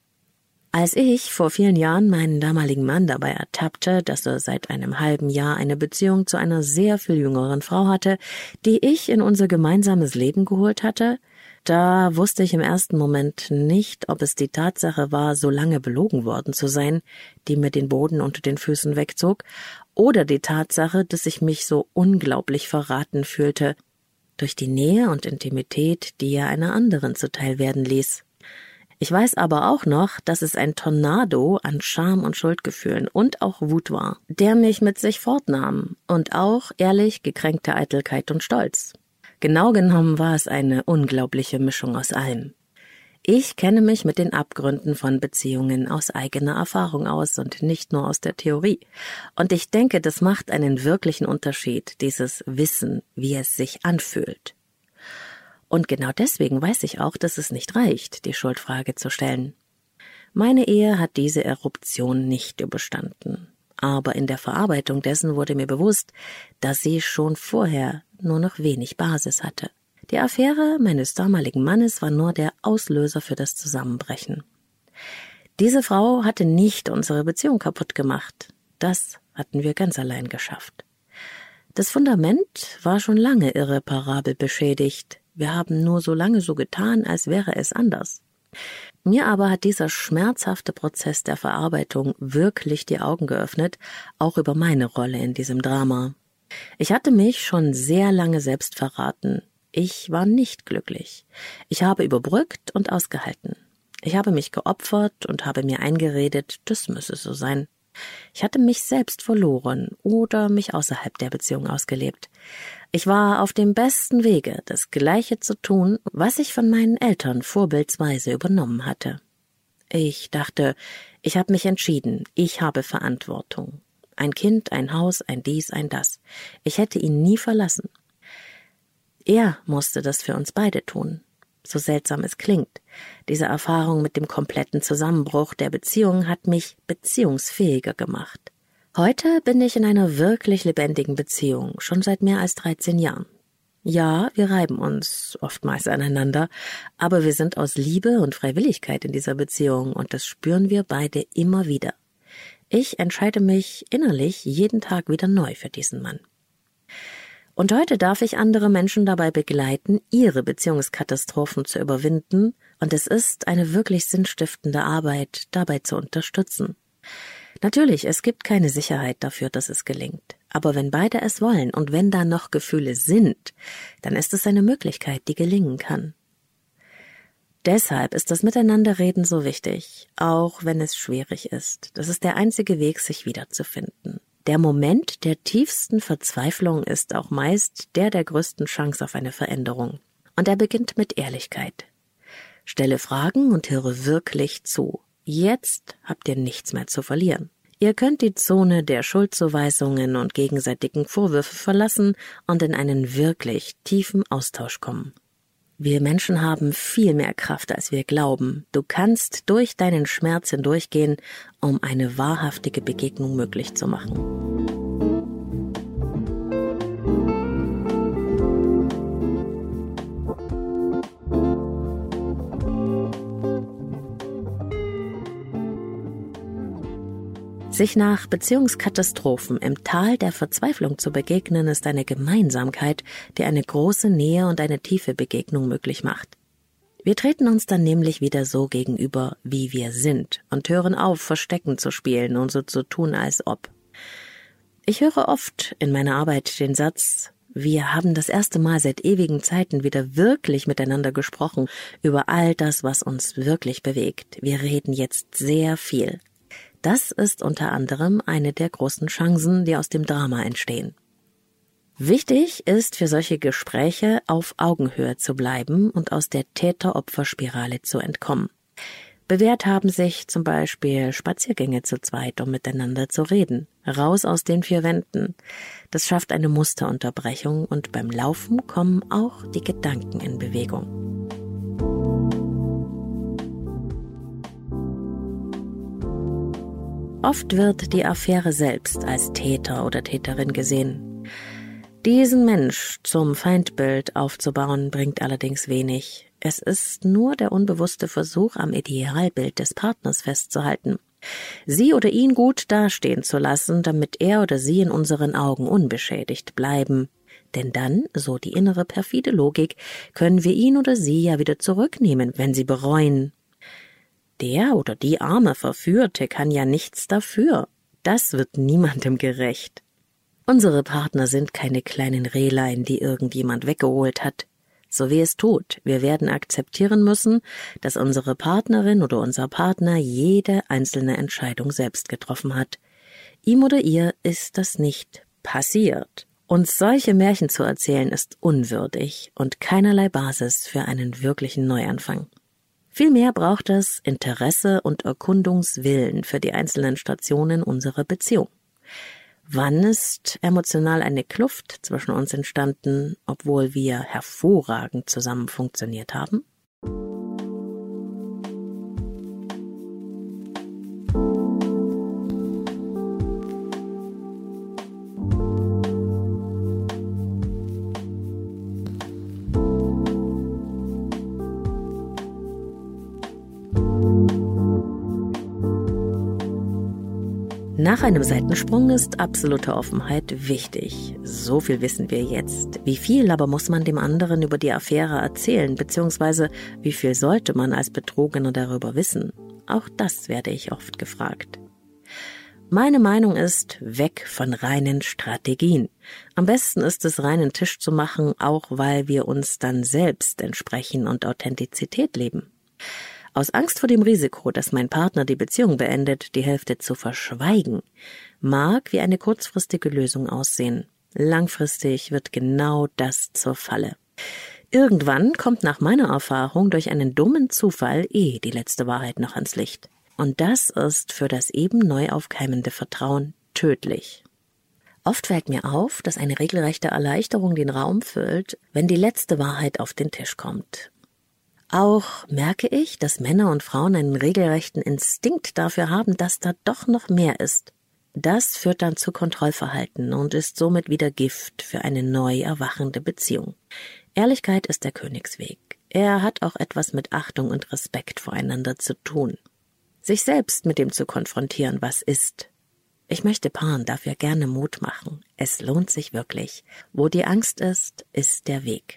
Speaker 1: Als ich vor vielen Jahren meinen damaligen Mann dabei ertappte, dass er seit einem halben Jahr eine Beziehung zu einer sehr viel jüngeren Frau hatte, die ich in unser gemeinsames Leben geholt hatte, da wusste ich im ersten Moment nicht, ob es die Tatsache war, so lange belogen worden zu sein, die mir den Boden unter den Füßen wegzog, oder die Tatsache, dass ich mich so unglaublich verraten fühlte, durch die Nähe und Intimität, die er einer anderen zuteil werden ließ. Ich weiß aber auch noch, dass es ein Tornado an Scham und Schuldgefühlen und auch Wut war, der mich mit sich fortnahm und auch ehrlich gekränkte Eitelkeit und Stolz. Genau genommen war es eine unglaubliche Mischung aus allem. Ich kenne mich mit den Abgründen von Beziehungen aus eigener Erfahrung aus und nicht nur aus der Theorie. Und ich denke, das macht einen wirklichen Unterschied, dieses Wissen, wie es sich anfühlt. Und genau deswegen weiß ich auch, dass es nicht reicht, die Schuldfrage zu stellen. Meine Ehe hat diese Eruption nicht überstanden. Aber in der Verarbeitung dessen wurde mir bewusst, dass sie schon vorher nur noch wenig Basis hatte. Die Affäre meines damaligen Mannes war nur der Auslöser für das Zusammenbrechen. Diese Frau hatte nicht unsere Beziehung kaputt gemacht. Das hatten wir ganz allein geschafft. Das Fundament war schon lange irreparabel beschädigt. Wir haben nur so lange so getan, als wäre es anders. Mir aber hat dieser schmerzhafte Prozess der Verarbeitung wirklich die Augen geöffnet, auch über meine Rolle in diesem Drama. Ich hatte mich schon sehr lange selbst verraten. Ich war nicht glücklich. Ich habe überbrückt und ausgehalten. Ich habe mich geopfert und habe mir eingeredet, das müsse so sein. Ich hatte mich selbst verloren oder mich außerhalb der Beziehung ausgelebt. Ich war auf dem besten Wege, das Gleiche zu tun, was ich von meinen Eltern vorbildsweise übernommen hatte. Ich dachte, ich habe mich entschieden, ich habe Verantwortung. Ein Kind, ein Haus, ein dies, ein das. Ich hätte ihn nie verlassen. Er musste das für uns beide tun. So seltsam es klingt. Diese Erfahrung mit dem kompletten Zusammenbruch der Beziehung hat mich beziehungsfähiger gemacht. Heute bin ich in einer wirklich lebendigen Beziehung, schon seit mehr als dreizehn Jahren. Ja, wir reiben uns oftmals aneinander, aber wir sind aus Liebe und Freiwilligkeit in dieser Beziehung und das spüren wir beide immer wieder. Ich entscheide mich innerlich jeden Tag wieder neu für diesen Mann. Und heute darf ich andere Menschen dabei begleiten, ihre Beziehungskatastrophen zu überwinden, und es ist eine wirklich sinnstiftende Arbeit, dabei zu unterstützen. Natürlich, es gibt keine Sicherheit dafür, dass es gelingt. Aber wenn beide es wollen und wenn da noch Gefühle sind, dann ist es eine Möglichkeit, die gelingen kann. Deshalb ist das Miteinanderreden so wichtig, auch wenn es schwierig ist. Das ist der einzige Weg, sich wiederzufinden. Der Moment der tiefsten Verzweiflung ist auch meist der der größten Chance auf eine Veränderung. Und er beginnt mit Ehrlichkeit. Stelle Fragen und höre wirklich zu. Jetzt habt ihr nichts mehr zu verlieren. Ihr könnt die Zone der Schuldzuweisungen und gegenseitigen Vorwürfe verlassen und in einen wirklich tiefen Austausch kommen. Wir Menschen haben viel mehr Kraft, als wir glauben. Du kannst durch deinen Schmerz hindurchgehen, um eine wahrhaftige Begegnung möglich zu machen. Sich nach Beziehungskatastrophen im Tal der Verzweiflung zu begegnen, ist eine Gemeinsamkeit, die eine große Nähe und eine tiefe Begegnung möglich macht. Wir treten uns dann nämlich wieder so gegenüber, wie wir sind, und hören auf, Verstecken zu spielen und so zu tun, als ob. Ich höre oft in meiner Arbeit den Satz, wir haben das erste Mal seit ewigen Zeiten wieder wirklich miteinander gesprochen, über all das, was uns wirklich bewegt. Wir reden jetzt sehr viel. Das ist unter anderem eine der großen Chancen, die aus dem Drama entstehen. Wichtig ist für solche Gespräche, auf Augenhöhe zu bleiben und aus der Täter-Opfer-Spirale zu entkommen. Bewährt haben sich zum Beispiel Spaziergänge zu zweit, um miteinander zu reden. Raus aus den vier Wänden. Das schafft eine Musterunterbrechung und beim Laufen kommen auch die Gedanken in Bewegung. Oft wird die Affäre selbst als Täter oder Täterin gesehen. Diesen Mensch zum Feindbild aufzubauen, bringt allerdings wenig. Es ist nur der unbewusste Versuch, am Idealbild des Partners festzuhalten. Sie oder ihn gut dastehen zu lassen, damit er oder sie in unseren Augen unbeschädigt bleiben. Denn dann, so die innere perfide Logik, können wir ihn oder sie ja wieder zurücknehmen, wenn sie bereuen. Der oder die arme Verführte kann ja nichts dafür. Das wird niemandem gerecht. Unsere Partner sind keine kleinen Rehlein, die irgendjemand weggeholt hat. So wie es tut, wir werden akzeptieren müssen, dass unsere Partnerin oder unser Partner jede einzelne Entscheidung selbst getroffen hat. Ihm oder ihr ist das nicht passiert. Uns solche Märchen zu erzählen, ist unwürdig und keinerlei Basis für einen wirklichen Neuanfang. Vielmehr braucht es Interesse und Erkundungswillen für die einzelnen Stationen unserer Beziehung. Wann ist emotional eine Kluft zwischen uns entstanden, obwohl wir hervorragend zusammen funktioniert haben? Nach einem Seitensprung ist absolute Offenheit wichtig. So viel wissen wir jetzt. Wie viel aber muss man dem anderen über die Affäre erzählen, beziehungsweise wie viel sollte man als Betrogener darüber wissen? Auch das werde ich oft gefragt. Meine Meinung ist, weg von reinen Strategien. Am besten ist es, reinen Tisch zu machen, auch weil wir uns dann selbst entsprechen und Authentizität leben. Aus Angst vor dem Risiko, dass mein Partner die Beziehung beendet, die Hälfte zu verschweigen, mag wie eine kurzfristige Lösung aussehen. Langfristig wird genau das zur Falle. Irgendwann kommt nach meiner Erfahrung durch einen dummen Zufall eh die letzte Wahrheit noch ans Licht. Und das ist für das eben neu aufkeimende Vertrauen tödlich. Oft fällt mir auf, dass eine regelrechte Erleichterung den Raum füllt, wenn die letzte Wahrheit auf den Tisch kommt. Auch merke ich, dass Männer und Frauen einen regelrechten Instinkt dafür haben, dass da doch noch mehr ist. Das führt dann zu Kontrollverhalten und ist somit wieder Gift für eine neu erwachende Beziehung. Ehrlichkeit ist der Königsweg. Er hat auch etwas mit Achtung und Respekt voreinander zu tun. Sich selbst mit dem zu konfrontieren, was ist. Ich möchte Paaren dafür gerne Mut machen. Es lohnt sich wirklich. Wo die Angst ist, ist der Weg.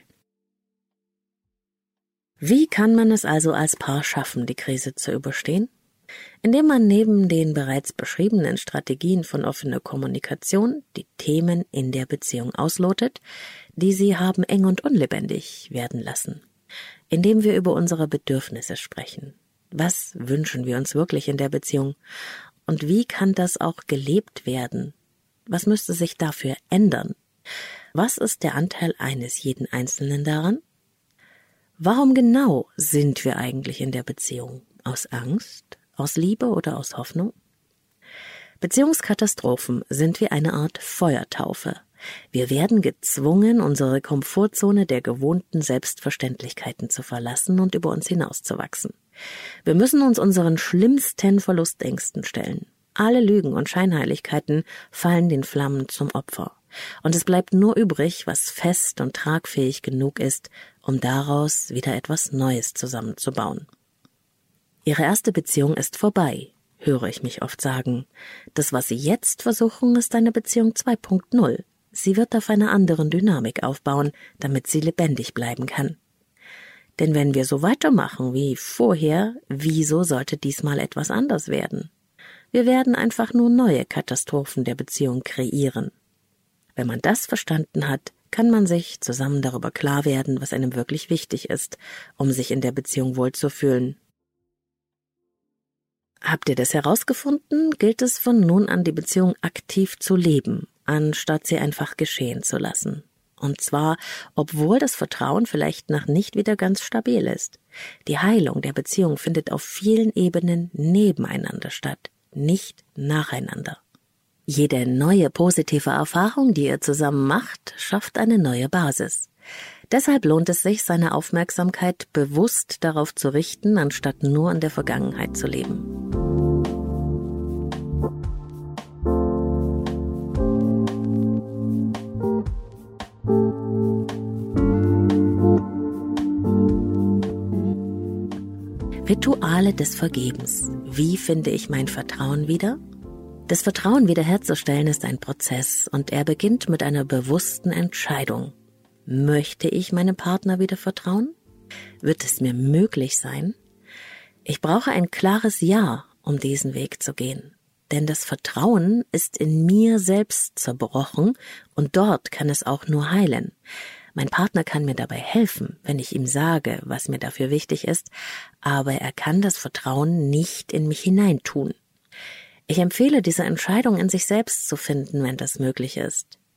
Speaker 1: Wie kann man es also als Paar schaffen, die Krise zu überstehen? Indem man neben den bereits beschriebenen Strategien von offener Kommunikation die Themen in der Beziehung auslotet, die sie haben eng und unlebendig werden lassen. Indem wir über unsere Bedürfnisse sprechen. Was wünschen wir uns wirklich in der Beziehung? Und wie kann das auch gelebt werden? Was müsste sich dafür ändern? Was ist der Anteil eines jeden Einzelnen daran? Warum genau sind wir eigentlich in der Beziehung? Aus Angst? Aus Liebe oder aus Hoffnung? Beziehungskatastrophen sind wie eine Art Feuertaufe. Wir werden gezwungen, unsere Komfortzone der gewohnten Selbstverständlichkeiten zu verlassen und über uns hinauszuwachsen. Wir müssen uns unseren schlimmsten Verlustängsten stellen. Alle Lügen und Scheinheiligkeiten fallen den Flammen zum Opfer. Und es bleibt nur übrig, was fest und tragfähig genug ist, um daraus wieder etwas Neues zusammenzubauen. Ihre erste Beziehung ist vorbei, höre ich mich oft sagen. Das, was Sie jetzt versuchen, ist eine Beziehung zwei Punkt null. Sie wird auf einer anderen Dynamik aufbauen, damit sie lebendig bleiben kann. Denn wenn wir so weitermachen wie vorher, wieso sollte diesmal etwas anders werden? Wir werden einfach nur neue Katastrophen der Beziehung kreieren. Wenn man das verstanden hat, kann man sich zusammen darüber klar werden, was einem wirklich wichtig ist, um sich in der Beziehung wohlzufühlen. Habt ihr das herausgefunden, gilt es von nun an, die Beziehung aktiv zu leben, anstatt sie einfach geschehen zu lassen. Und zwar, obwohl das Vertrauen vielleicht noch nicht wieder ganz stabil ist. Die Heilung der Beziehung findet auf vielen Ebenen nebeneinander statt, nicht nacheinander. Jede neue positive Erfahrung, die ihr zusammen macht, schafft eine neue Basis. Deshalb lohnt es sich, seine Aufmerksamkeit bewusst darauf zu richten, anstatt nur in der Vergangenheit zu leben. Rituale des Vergebens. Wie finde ich mein Vertrauen wieder? Das Vertrauen wiederherzustellen ist ein Prozess und er beginnt mit einer bewussten Entscheidung. Möchte ich meinem Partner wieder vertrauen? Wird es mir möglich sein? Ich brauche ein klares Ja, um diesen Weg zu gehen. Denn das Vertrauen ist in mir selbst zerbrochen und dort kann es auch nur heilen. Mein Partner kann mir dabei helfen, wenn ich ihm sage, was mir dafür wichtig ist, aber er kann das Vertrauen nicht in mich hineintun. Ich empfehle, diese Entscheidung in sich selbst zu finden, wenn das möglich ist.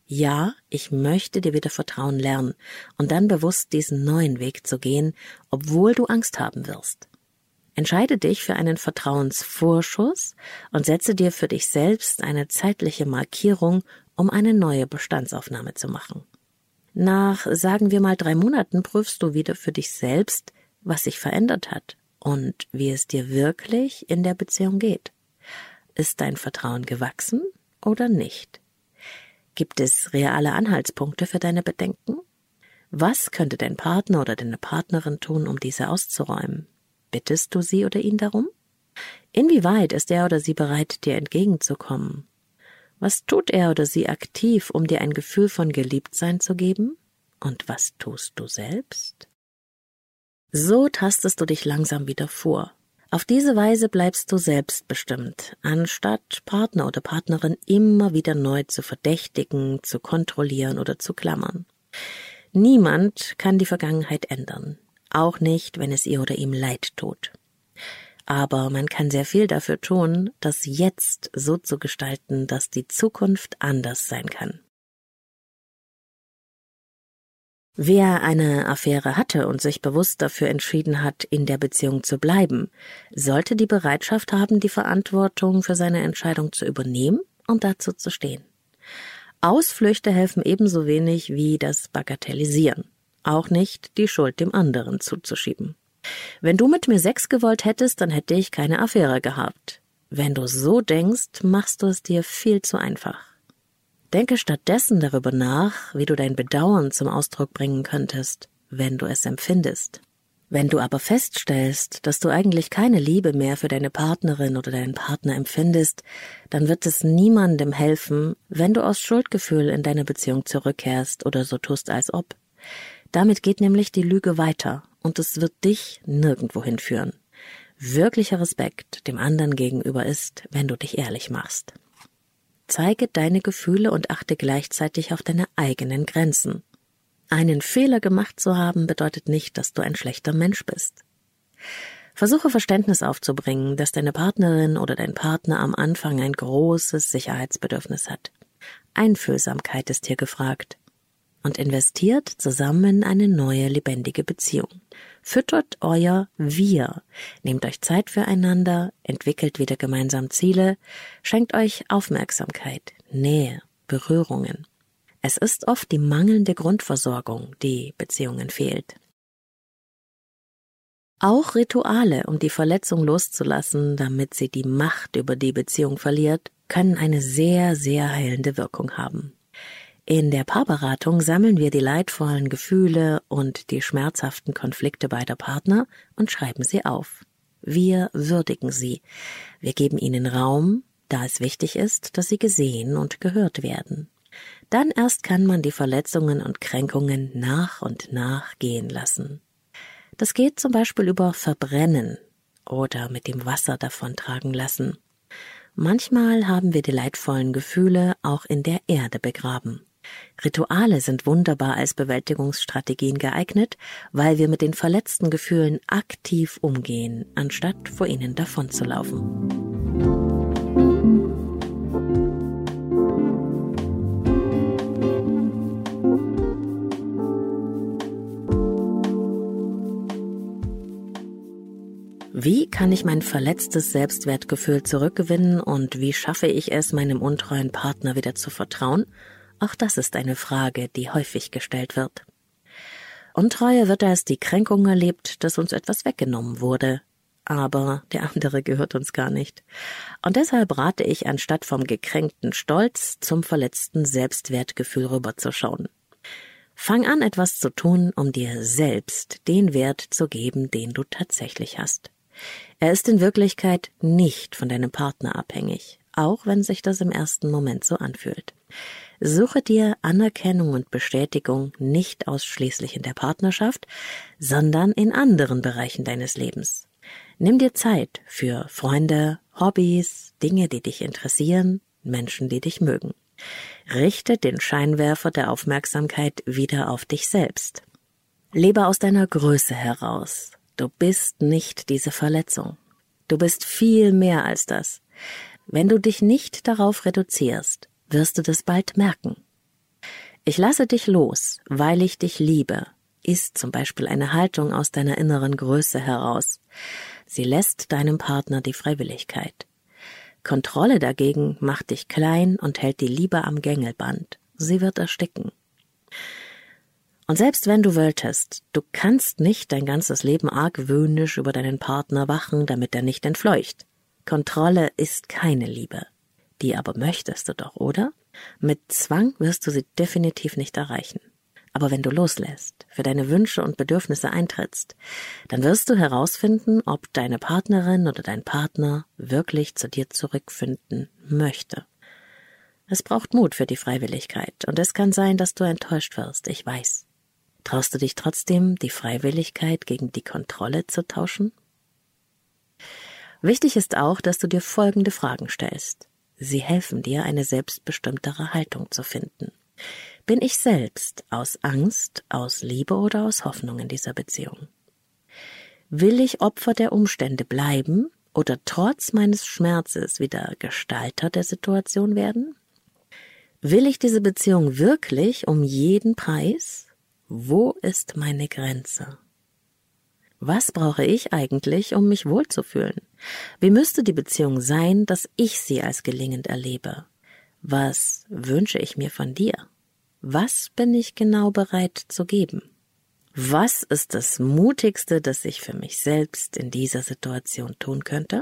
Speaker 1: Ja, ich möchte dir wieder vertrauen lernen und dann bewusst diesen neuen Weg zu gehen, obwohl du Angst haben wirst. Entscheide dich für einen Vertrauensvorschuss und setze dir für dich selbst eine zeitliche Markierung, um eine neue Bestandsaufnahme zu machen. Nach, sagen wir mal, drei Monaten prüfst du wieder für dich selbst, was sich verändert hat und wie es dir wirklich in der Beziehung geht. Ist dein Vertrauen gewachsen oder nicht? Gibt es reale Anhaltspunkte für deine Bedenken? Was könnte dein Partner oder deine Partnerin tun, um diese auszuräumen? Bittest du sie oder ihn darum? Inwieweit ist er oder sie bereit, dir entgegenzukommen? Was tut er oder sie aktiv, um dir ein Gefühl von Geliebtsein zu geben? Und was tust du selbst? So tastest du dich langsam wieder vor. Auf diese Weise bleibst du selbstbestimmt, anstatt Partner oder Partnerin immer wieder neu zu verdächtigen, zu kontrollieren oder zu klammern. Niemand kann die Vergangenheit ändern, auch nicht, wenn es ihr oder ihm leid tut. Aber man kann sehr viel dafür tun, das Jetzt so zu gestalten, dass die Zukunft anders sein kann. Wer eine Affäre hatte und sich bewusst dafür entschieden hat, in der Beziehung zu bleiben, sollte die Bereitschaft haben, die Verantwortung für seine Entscheidung zu übernehmen und dazu zu stehen. Ausflüchte helfen ebenso wenig wie das Bagatellisieren, auch nicht die Schuld dem anderen zuzuschieben. Wenn du mit mir Sex gewollt hättest, dann hätte ich keine Affäre gehabt. Wenn du so denkst, machst du es dir viel zu einfach. Denke stattdessen darüber nach, wie du dein Bedauern zum Ausdruck bringen könntest, wenn du es empfindest. Wenn du aber feststellst, dass du eigentlich keine Liebe mehr für deine Partnerin oder deinen Partner empfindest, dann wird es niemandem helfen, wenn du aus Schuldgefühl in deine Beziehung zurückkehrst oder so tust, als ob. Damit geht nämlich die Lüge weiter und es wird dich nirgendwo hinführen. Wirklicher Respekt dem anderen gegenüber ist, wenn du dich ehrlich machst. Zeige deine Gefühle und achte gleichzeitig auf deine eigenen Grenzen. Einen Fehler gemacht zu haben, bedeutet nicht, dass du ein schlechter Mensch bist. Versuche Verständnis aufzubringen, dass deine Partnerin oder dein Partner am Anfang ein großes Sicherheitsbedürfnis hat. Einfühlsamkeit ist hier gefragt. Und investiert zusammen in eine neue, lebendige Beziehung. Füttert euer Wir, nehmt euch Zeit füreinander, entwickelt wieder gemeinsam Ziele, schenkt euch Aufmerksamkeit, Nähe, Berührungen. Es ist oft die mangelnde Grundversorgung, die Beziehungen fehlt. Auch Rituale, um die Verletzung loszulassen, damit sie die Macht über die Beziehung verliert, können eine sehr, sehr heilende Wirkung haben. In der Paarberatung sammeln wir die leidvollen Gefühle und die schmerzhaften Konflikte beider Partner und schreiben sie auf. Wir würdigen sie. Wir geben ihnen Raum, da es wichtig ist, dass sie gesehen und gehört werden. Dann erst kann man die Verletzungen und Kränkungen nach und nach gehen lassen. Das geht zum Beispiel über Verbrennen oder mit dem Wasser davontragen lassen. Manchmal haben wir die leidvollen Gefühle auch in der Erde begraben. Rituale sind wunderbar als Bewältigungsstrategien geeignet, weil wir mit den verletzten Gefühlen aktiv umgehen, anstatt vor ihnen davonzulaufen. Wie kann ich mein verletztes Selbstwertgefühl zurückgewinnen und wie schaffe ich es, meinem untreuen Partner wieder zu vertrauen? Auch das ist eine Frage, die häufig gestellt wird. Untreue wird als die Kränkung erlebt, dass uns etwas weggenommen wurde. Aber der andere gehört uns gar nicht. Und deshalb rate ich, anstatt vom gekränkten Stolz zum verletzten Selbstwertgefühl rüberzuschauen. Fang an, etwas zu tun, um dir selbst den Wert zu geben, den du tatsächlich hast. Er ist in Wirklichkeit nicht von deinem Partner abhängig, auch wenn sich das im ersten Moment so anfühlt. Suche dir Anerkennung und Bestätigung nicht ausschließlich in der Partnerschaft, sondern in anderen Bereichen deines Lebens. Nimm dir Zeit für Freunde, Hobbys, Dinge, die dich interessieren, Menschen, die dich mögen. Richte den Scheinwerfer der Aufmerksamkeit wieder auf dich selbst. Lebe aus deiner Größe heraus. Du bist nicht diese Verletzung. Du bist viel mehr als das. Wenn du dich nicht darauf reduzierst, wirst du das bald merken. Ich lasse dich los, weil ich dich liebe, ist zum Beispiel eine Haltung aus deiner inneren Größe heraus. Sie lässt deinem Partner die Freiwilligkeit. Kontrolle dagegen macht dich klein und hält die Liebe am Gängelband. Sie wird ersticken. Und selbst wenn du wolltest, du kannst nicht dein ganzes Leben argwöhnisch über deinen Partner wachen, damit er nicht entfleucht. Kontrolle ist keine Liebe. Die aber möchtest du doch, oder? Mit Zwang wirst du sie definitiv nicht erreichen. Aber wenn du loslässt, für deine Wünsche und Bedürfnisse eintrittst, dann wirst du herausfinden, ob deine Partnerin oder dein Partner wirklich zu dir zurückfinden möchte. Es braucht Mut für die Freiwilligkeit und es kann sein, dass du enttäuscht wirst, ich weiß. Traust du dich trotzdem, die Freiwilligkeit gegen die Kontrolle zu tauschen? Wichtig ist auch, dass du dir folgende Fragen stellst. Sie helfen dir, eine selbstbestimmtere Haltung zu finden. Bin ich selbst aus Angst, aus Liebe oder aus Hoffnung in dieser Beziehung? Will ich Opfer der Umstände bleiben oder trotz meines Schmerzes wieder Gestalter der Situation werden? Will ich diese Beziehung wirklich um jeden Preis? Wo ist meine Grenze? Was brauche ich eigentlich, um mich wohlzufühlen? Wie müsste die Beziehung sein, dass ich sie als gelingend erlebe? Was wünsche ich mir von dir? Was bin ich genau bereit zu geben? Was ist das Mutigste, das ich für mich selbst in dieser Situation tun könnte?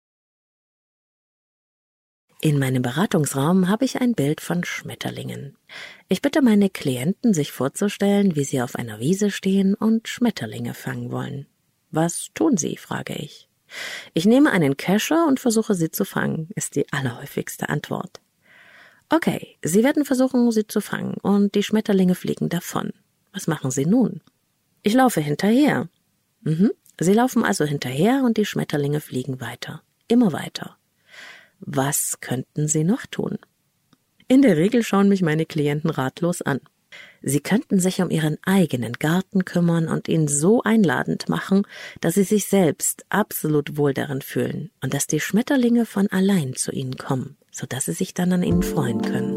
Speaker 1: In meinem Beratungsraum habe ich ein Bild von Schmetterlingen. Ich bitte meine Klienten, sich vorzustellen, wie sie auf einer Wiese stehen und Schmetterlinge fangen wollen. Was tun sie, frage ich. Ich nehme einen Kescher und versuche sie zu fangen, ist die allerhäufigste Antwort. Okay, Sie werden versuchen, sie zu fangen und die Schmetterlinge fliegen davon. Was machen Sie nun? Ich laufe hinterher. Mhm. Sie laufen also hinterher und die Schmetterlinge fliegen weiter. Immer weiter. Was könnten Sie noch tun? In der Regel schauen mich meine Klienten ratlos an. Sie könnten sich um ihren eigenen Garten kümmern und ihn so einladend machen, dass sie sich selbst absolut wohl darin fühlen und dass die Schmetterlinge von allein zu ihnen kommen, sodass sie sich dann an ihnen freuen können.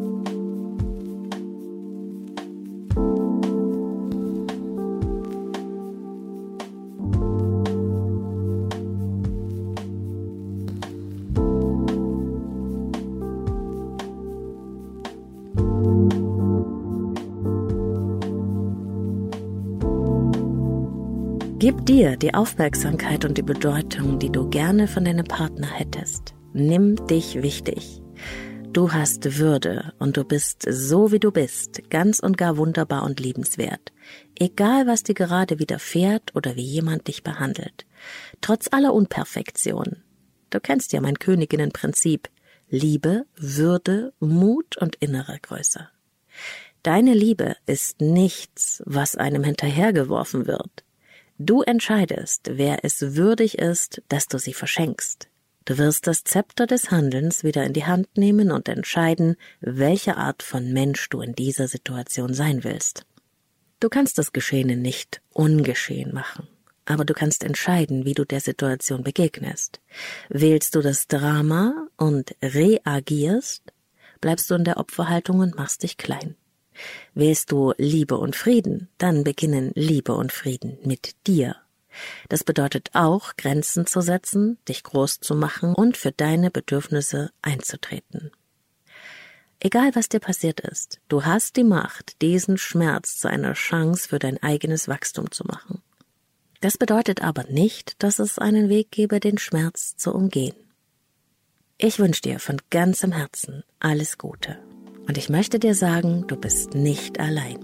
Speaker 1: Gib dir die Aufmerksamkeit und die Bedeutung, die du gerne von deinem Partner hättest. Nimm dich wichtig. Du hast Würde und du bist so, wie du bist, ganz und gar wunderbar und liebenswert. Egal, was dir gerade widerfährt oder wie jemand dich behandelt. Trotz aller Unperfektion. Du kennst ja mein Königinnenprinzip. Liebe, Würde, Mut und innere Größe. Deine Liebe ist nichts, was einem hinterhergeworfen wird. Du entscheidest, wer es würdig ist, dass du sie verschenkst. Du wirst das Zepter des Handelns wieder in die Hand nehmen und entscheiden, welche Art von Mensch du in dieser Situation sein willst. Du kannst das Geschehene nicht ungeschehen machen, aber du kannst entscheiden, wie du der Situation begegnest. Wählst du das Drama und reagierst, bleibst du in der Opferhaltung und machst dich klein. Wählst du Liebe und Frieden, dann beginnen Liebe und Frieden mit dir. Das bedeutet auch, Grenzen zu setzen, dich groß zu machen und für deine Bedürfnisse einzutreten. Egal, was dir passiert ist, du hast die Macht, diesen Schmerz zu einer Chance für dein eigenes Wachstum zu machen. Das bedeutet aber nicht, dass es einen Weg gäbe, den Schmerz zu umgehen. Ich wünsche dir von ganzem Herzen alles Gute. Und ich möchte dir sagen, du bist nicht allein.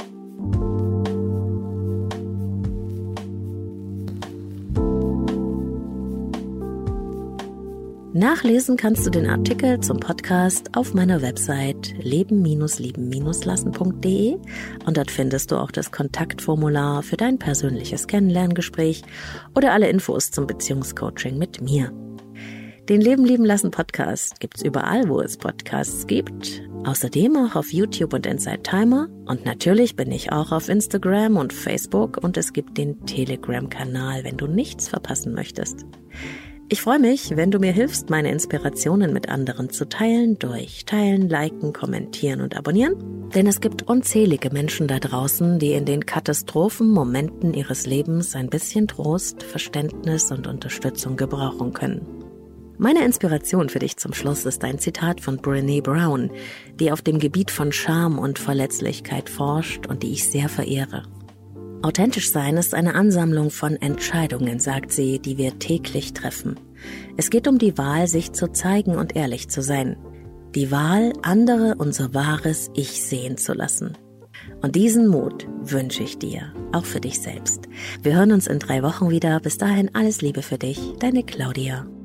Speaker 1: Nachlesen kannst du den Artikel zum Podcast auf meiner Website leben lieben lassen punkt de und dort findest du auch das Kontaktformular für dein persönliches Kennenlerngespräch oder alle Infos zum Beziehungscoaching mit mir. Den Leben lieben lassen Podcast gibt's überall, wo es Podcasts gibt. Außerdem auch auf YouTube und Inside Timer. Und natürlich bin ich auch auf Instagram und Facebook und es gibt den Telegram-Kanal, wenn du nichts verpassen möchtest. Ich freue mich, wenn du mir hilfst, meine Inspirationen mit anderen zu teilen, durch Teilen, Liken, Kommentieren und Abonnieren. Denn es gibt unzählige Menschen da draußen, die in den Katastrophenmomenten ihres Lebens ein bisschen Trost, Verständnis und Unterstützung gebrauchen können. Meine Inspiration für dich zum Schluss ist ein Zitat von Brené Brown, die auf dem Gebiet von Scham und Verletzlichkeit forscht und die ich sehr verehre. Authentisch sein ist eine Ansammlung von Entscheidungen, sagt sie, die wir täglich treffen. Es geht um die Wahl, sich zu zeigen und ehrlich zu sein. Die Wahl, andere unser wahres Ich sehen zu lassen. Und diesen Mut wünsche ich dir, auch für dich selbst. Wir hören uns in drei Wochen wieder. Bis dahin alles Liebe für dich, deine Claudia.